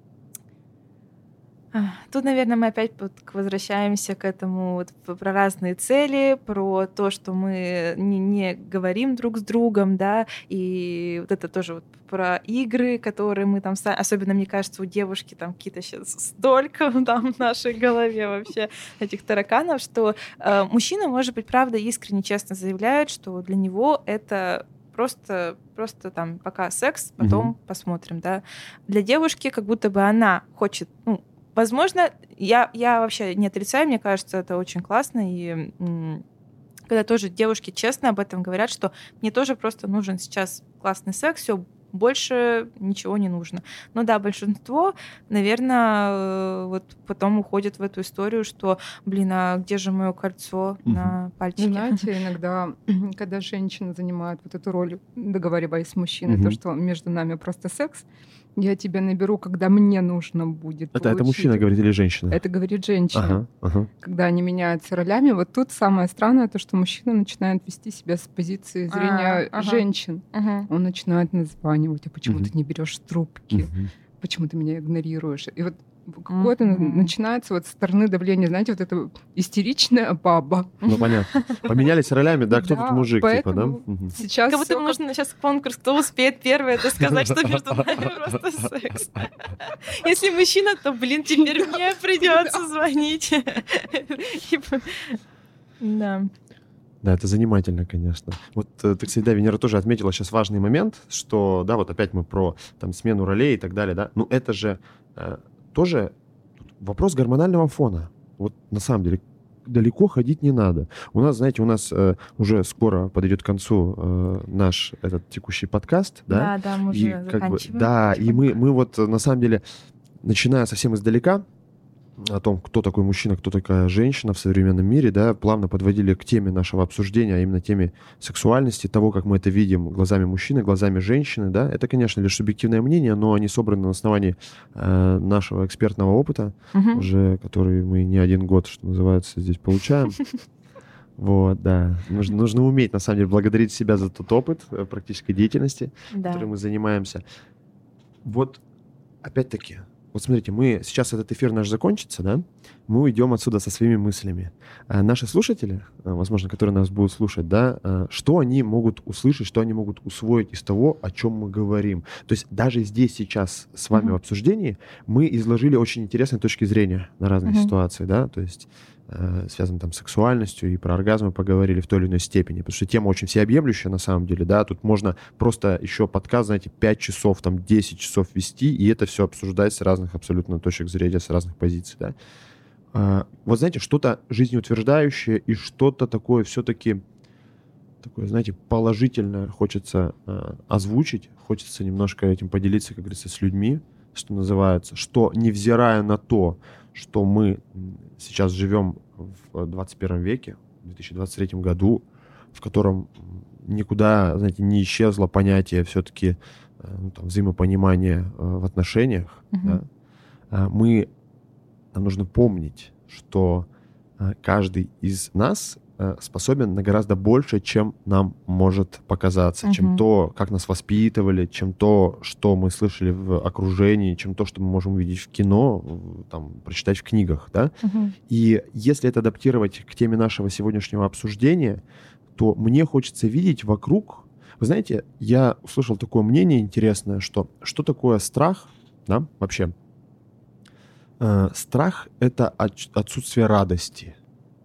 тут, наверное, мы опять возвращаемся к этому вот, про разные цели, про то, что мы не говорим друг с другом, да, и вот это тоже вот про игры, которые мы там... Особенно, мне кажется, у девушки там какие-то сейчас столько там в нашей голове вообще этих тараканов, что мужчина, может быть, правда, искренне, честно заявляет, что для него это... Просто там пока секс, потом посмотрим, да. Для девушки как будто бы она хочет... Ну, возможно, я вообще не отрицаю, мне кажется, это очень классно. И когда тоже девушки честно об этом говорят, что мне тоже просто нужен сейчас классный секс, все, больше ничего не нужно. Но да, большинство, наверное, вот потом уходит в эту историю, что, блин, а где же мое кольцо на пальчике? Знаете, иногда, когда женщина занимает вот эту роль, договариваясь с мужчиной, то, что между нами просто секс, я тебя наберу, когда мне нужно будет. Это мужчина говорит или женщина? Это говорит женщина. Когда они меняются ролями, вот тут самое странное, то, что мужчина начинает вести себя с позиции зрения женщин. Он начинает названивать, а почему ты не берешь трубки? Почему ты меня игнорируешь? И вот какое-то начинается вот со стороны давления, знаете, вот это истеричная баба. Ну, понятно. Поменялись ролями, да, кто тут мужик, типа, да? Сейчас как будто нужно сейчас конкурс, кто успеет первый это сказать, что между нами просто секс. Если мужчина, то, блин, теперь мне придется звонить. Да. Да, это занимательно, конечно. Вот ты, кстати, да, Венера тоже отметила сейчас важный момент, что, да, вот опять мы про там смену ролей и так далее, да, ну это же тоже вопрос гормонального фона. Вот на самом деле далеко ходить не надо. У нас, знаете, уже скоро подойдет к концу наш этот текущий подкаст, да? Да, мы уже заканчиваем. Да, и мы вот на самом деле, начиная совсем издалека, о том, кто такой мужчина, кто такая женщина в современном мире, да, плавно подводили к теме нашего обсуждения, а именно теме сексуальности, того, как мы это видим глазами мужчины, глазами женщины, да. Это, конечно, лишь субъективное мнение, но они собраны на основании нашего экспертного опыта, уже который мы не один год, что называется, здесь получаем. Вот, да. Нужно уметь, на самом деле, благодарить себя за тот опыт практической деятельности, которой мы занимаемся. Вот, опять-таки, вот смотрите, сейчас этот эфир наш закончится, да? Мы уйдем отсюда со своими мыслями. А наши слушатели, возможно, которые нас будут слушать, да, что они могут услышать, что они могут усвоить из того, о чем мы говорим. То есть даже здесь сейчас с вами в обсуждении мы изложили очень интересные точки зрения на разные ситуации, да, то есть связанные там с сексуальностью, и про оргазмы поговорили в той или иной степени, потому что тема очень всеобъемлющая на самом деле, да, тут можно просто еще подкаст, знаете, 5 часов, там 10 часов вести, и это все обсуждать с разных абсолютно точек зрения, с разных позиций, да. Вот знаете, что-то жизнеутверждающее и что-то такое все-таки, такое, знаете, положительное хочется озвучить, хочется немножко этим поделиться, как говорится, с людьми, что называется, что невзирая на то, что мы сейчас живем в 21 веке, в 2023 году, в котором никуда, знаете, не исчезло понятие все-таки взаимопонимания в отношениях. Да? Нам нужно помнить, что каждый из нас способен на гораздо больше, чем нам может показаться, чем то, как нас воспитывали, чем то, что мы слышали в окружении, чем то, что мы можем увидеть в кино, там, прочитать в книгах, да? И если это адаптировать к теме нашего сегодняшнего обсуждения, то мне хочется видеть вокруг Вы знаете, я услышал такое мнение интересное, что такое страх, да, вообще? Страх — это отсутствие радости.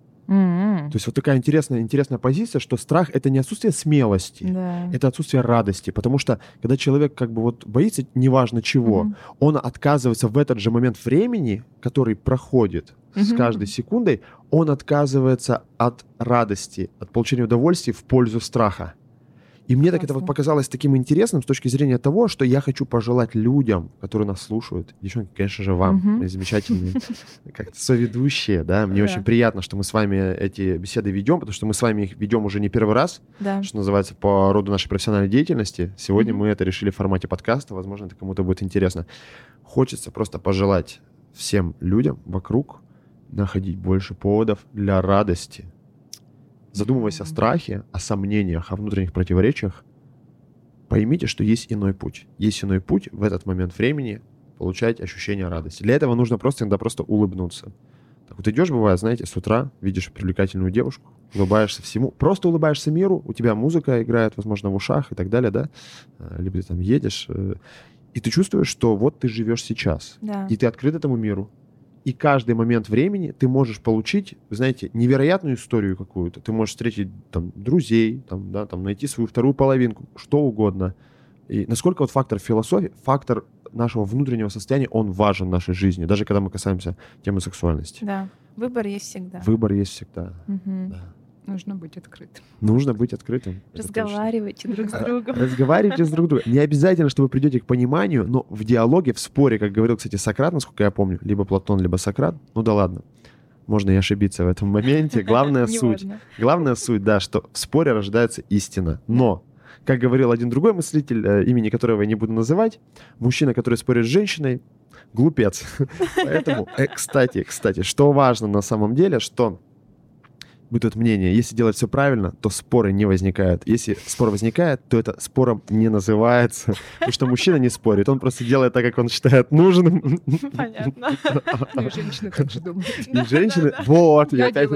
То есть вот такая интересная позиция, что страх — это не отсутствие смелости, это отсутствие радости. Потому что когда человек как бы вот боится неважно чего, он отказывается в этот же момент времени, который проходит с каждой секундой, он отказывается от радости, от получения удовольствия в пользу страха. И мне так это вот показалось таким интересным с точки зрения того, что я хочу пожелать людям, которые нас слушают, девчонки, конечно же, вам, замечательные как-то соведущие, да, мне очень приятно, что мы с вами эти беседы ведем, потому что мы с вами их ведем уже не первый раз, что называется, по роду нашей профессиональной деятельности. Сегодня мы это решили в формате подкаста, возможно, это кому-то будет интересно. Хочется просто пожелать всем людям вокруг находить больше поводов для радости. Задумываясь о страхе, о сомнениях, о внутренних противоречиях, поймите, что есть иной путь. Есть иной путь в этот момент времени получать ощущение радости. Для этого нужно иногда просто улыбнуться. Так вот идешь, бывает, знаете, с утра, видишь привлекательную девушку, улыбаешься всему, просто улыбаешься миру, у тебя музыка играет, возможно, в ушах и так далее, да, либо ты там едешь, и ты чувствуешь, что вот ты живешь сейчас, и ты открыт этому миру. И каждый момент времени ты можешь получить, вы знаете, невероятную историю какую-то. Ты можешь встретить там друзей, там, да, там, найти свою вторую половинку, что угодно. И насколько вот фактор философии, фактор нашего внутреннего состояния, он важен в нашей жизни, даже когда мы касаемся темы сексуальности. Да, выбор есть всегда. Выбор есть всегда, да. Нужно быть открытым. Нужно быть открытым. Разговаривайте друг с другом. Разговаривайте с друг другом. Не обязательно, что вы придете к пониманию, но в диалоге, в споре, как говорил, кстати, Сократ, насколько я помню, либо Платон, либо Сократ, ну да ладно, можно и ошибиться в этом моменте. Главная суть, да, что в споре рождается истина. Но, как говорил один другой мыслитель, имени которого я не буду называть, мужчина, который спорит с женщиной, глупец. Поэтому, кстати, что важно на самом деле, что будет мнение, если делать все правильно, то споры не возникают. Если спор возникает, то это спором не называется. Потому что мужчина не спорит, он просто делает так, как он считает нужным. Понятно. И женщины так же думают. И женщины... Вот, я опять...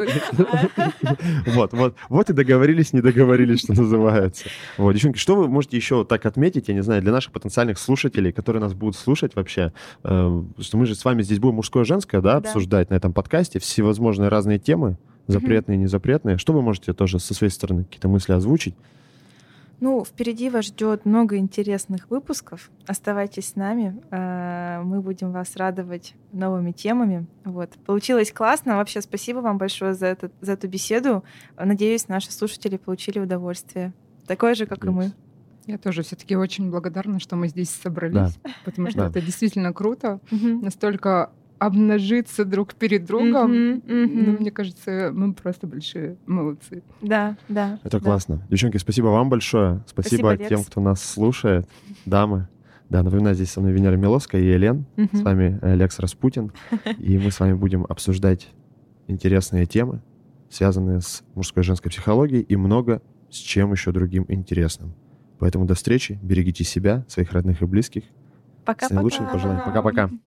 Вот и договорились, не договорились, что называется. Вот, девчонки, что вы можете еще так отметить, я не знаю, для наших потенциальных слушателей, которые нас будут слушать вообще, что мы же с вами здесь будем мужское и женское, да, обсуждать на этом подкасте всевозможные разные темы, запретные, незапретные. Что вы можете тоже со своей стороны какие-то мысли озвучить? Ну, впереди вас ждет много интересных выпусков. Оставайтесь с нами. Мы будем вас радовать новыми темами. Вот. Получилось классно. Вообще, спасибо вам большое за эту беседу. Надеюсь, наши слушатели получили удовольствие. Такое же, как и мы. Я тоже все-таки очень благодарна, что мы здесь собрались, потому что это действительно круто. Настолько обнажиться друг перед другом. Ну, мне кажется, мы просто большие молодцы. Да. Это классно. Девчонки, спасибо вам большое. Спасибо тем, кто нас слушает. Дамы. Да, напоминаю, здесь со мной Венера Миловская и Елен. С вами Лекс Распутин. И мы с вами будем обсуждать интересные темы, связанные с мужской и женской психологией и много с чем еще другим интересным. Поэтому до встречи. Берегите себя, своих родных и близких. Пока-пока. С наилучшими пожеланиями. Пока-пока.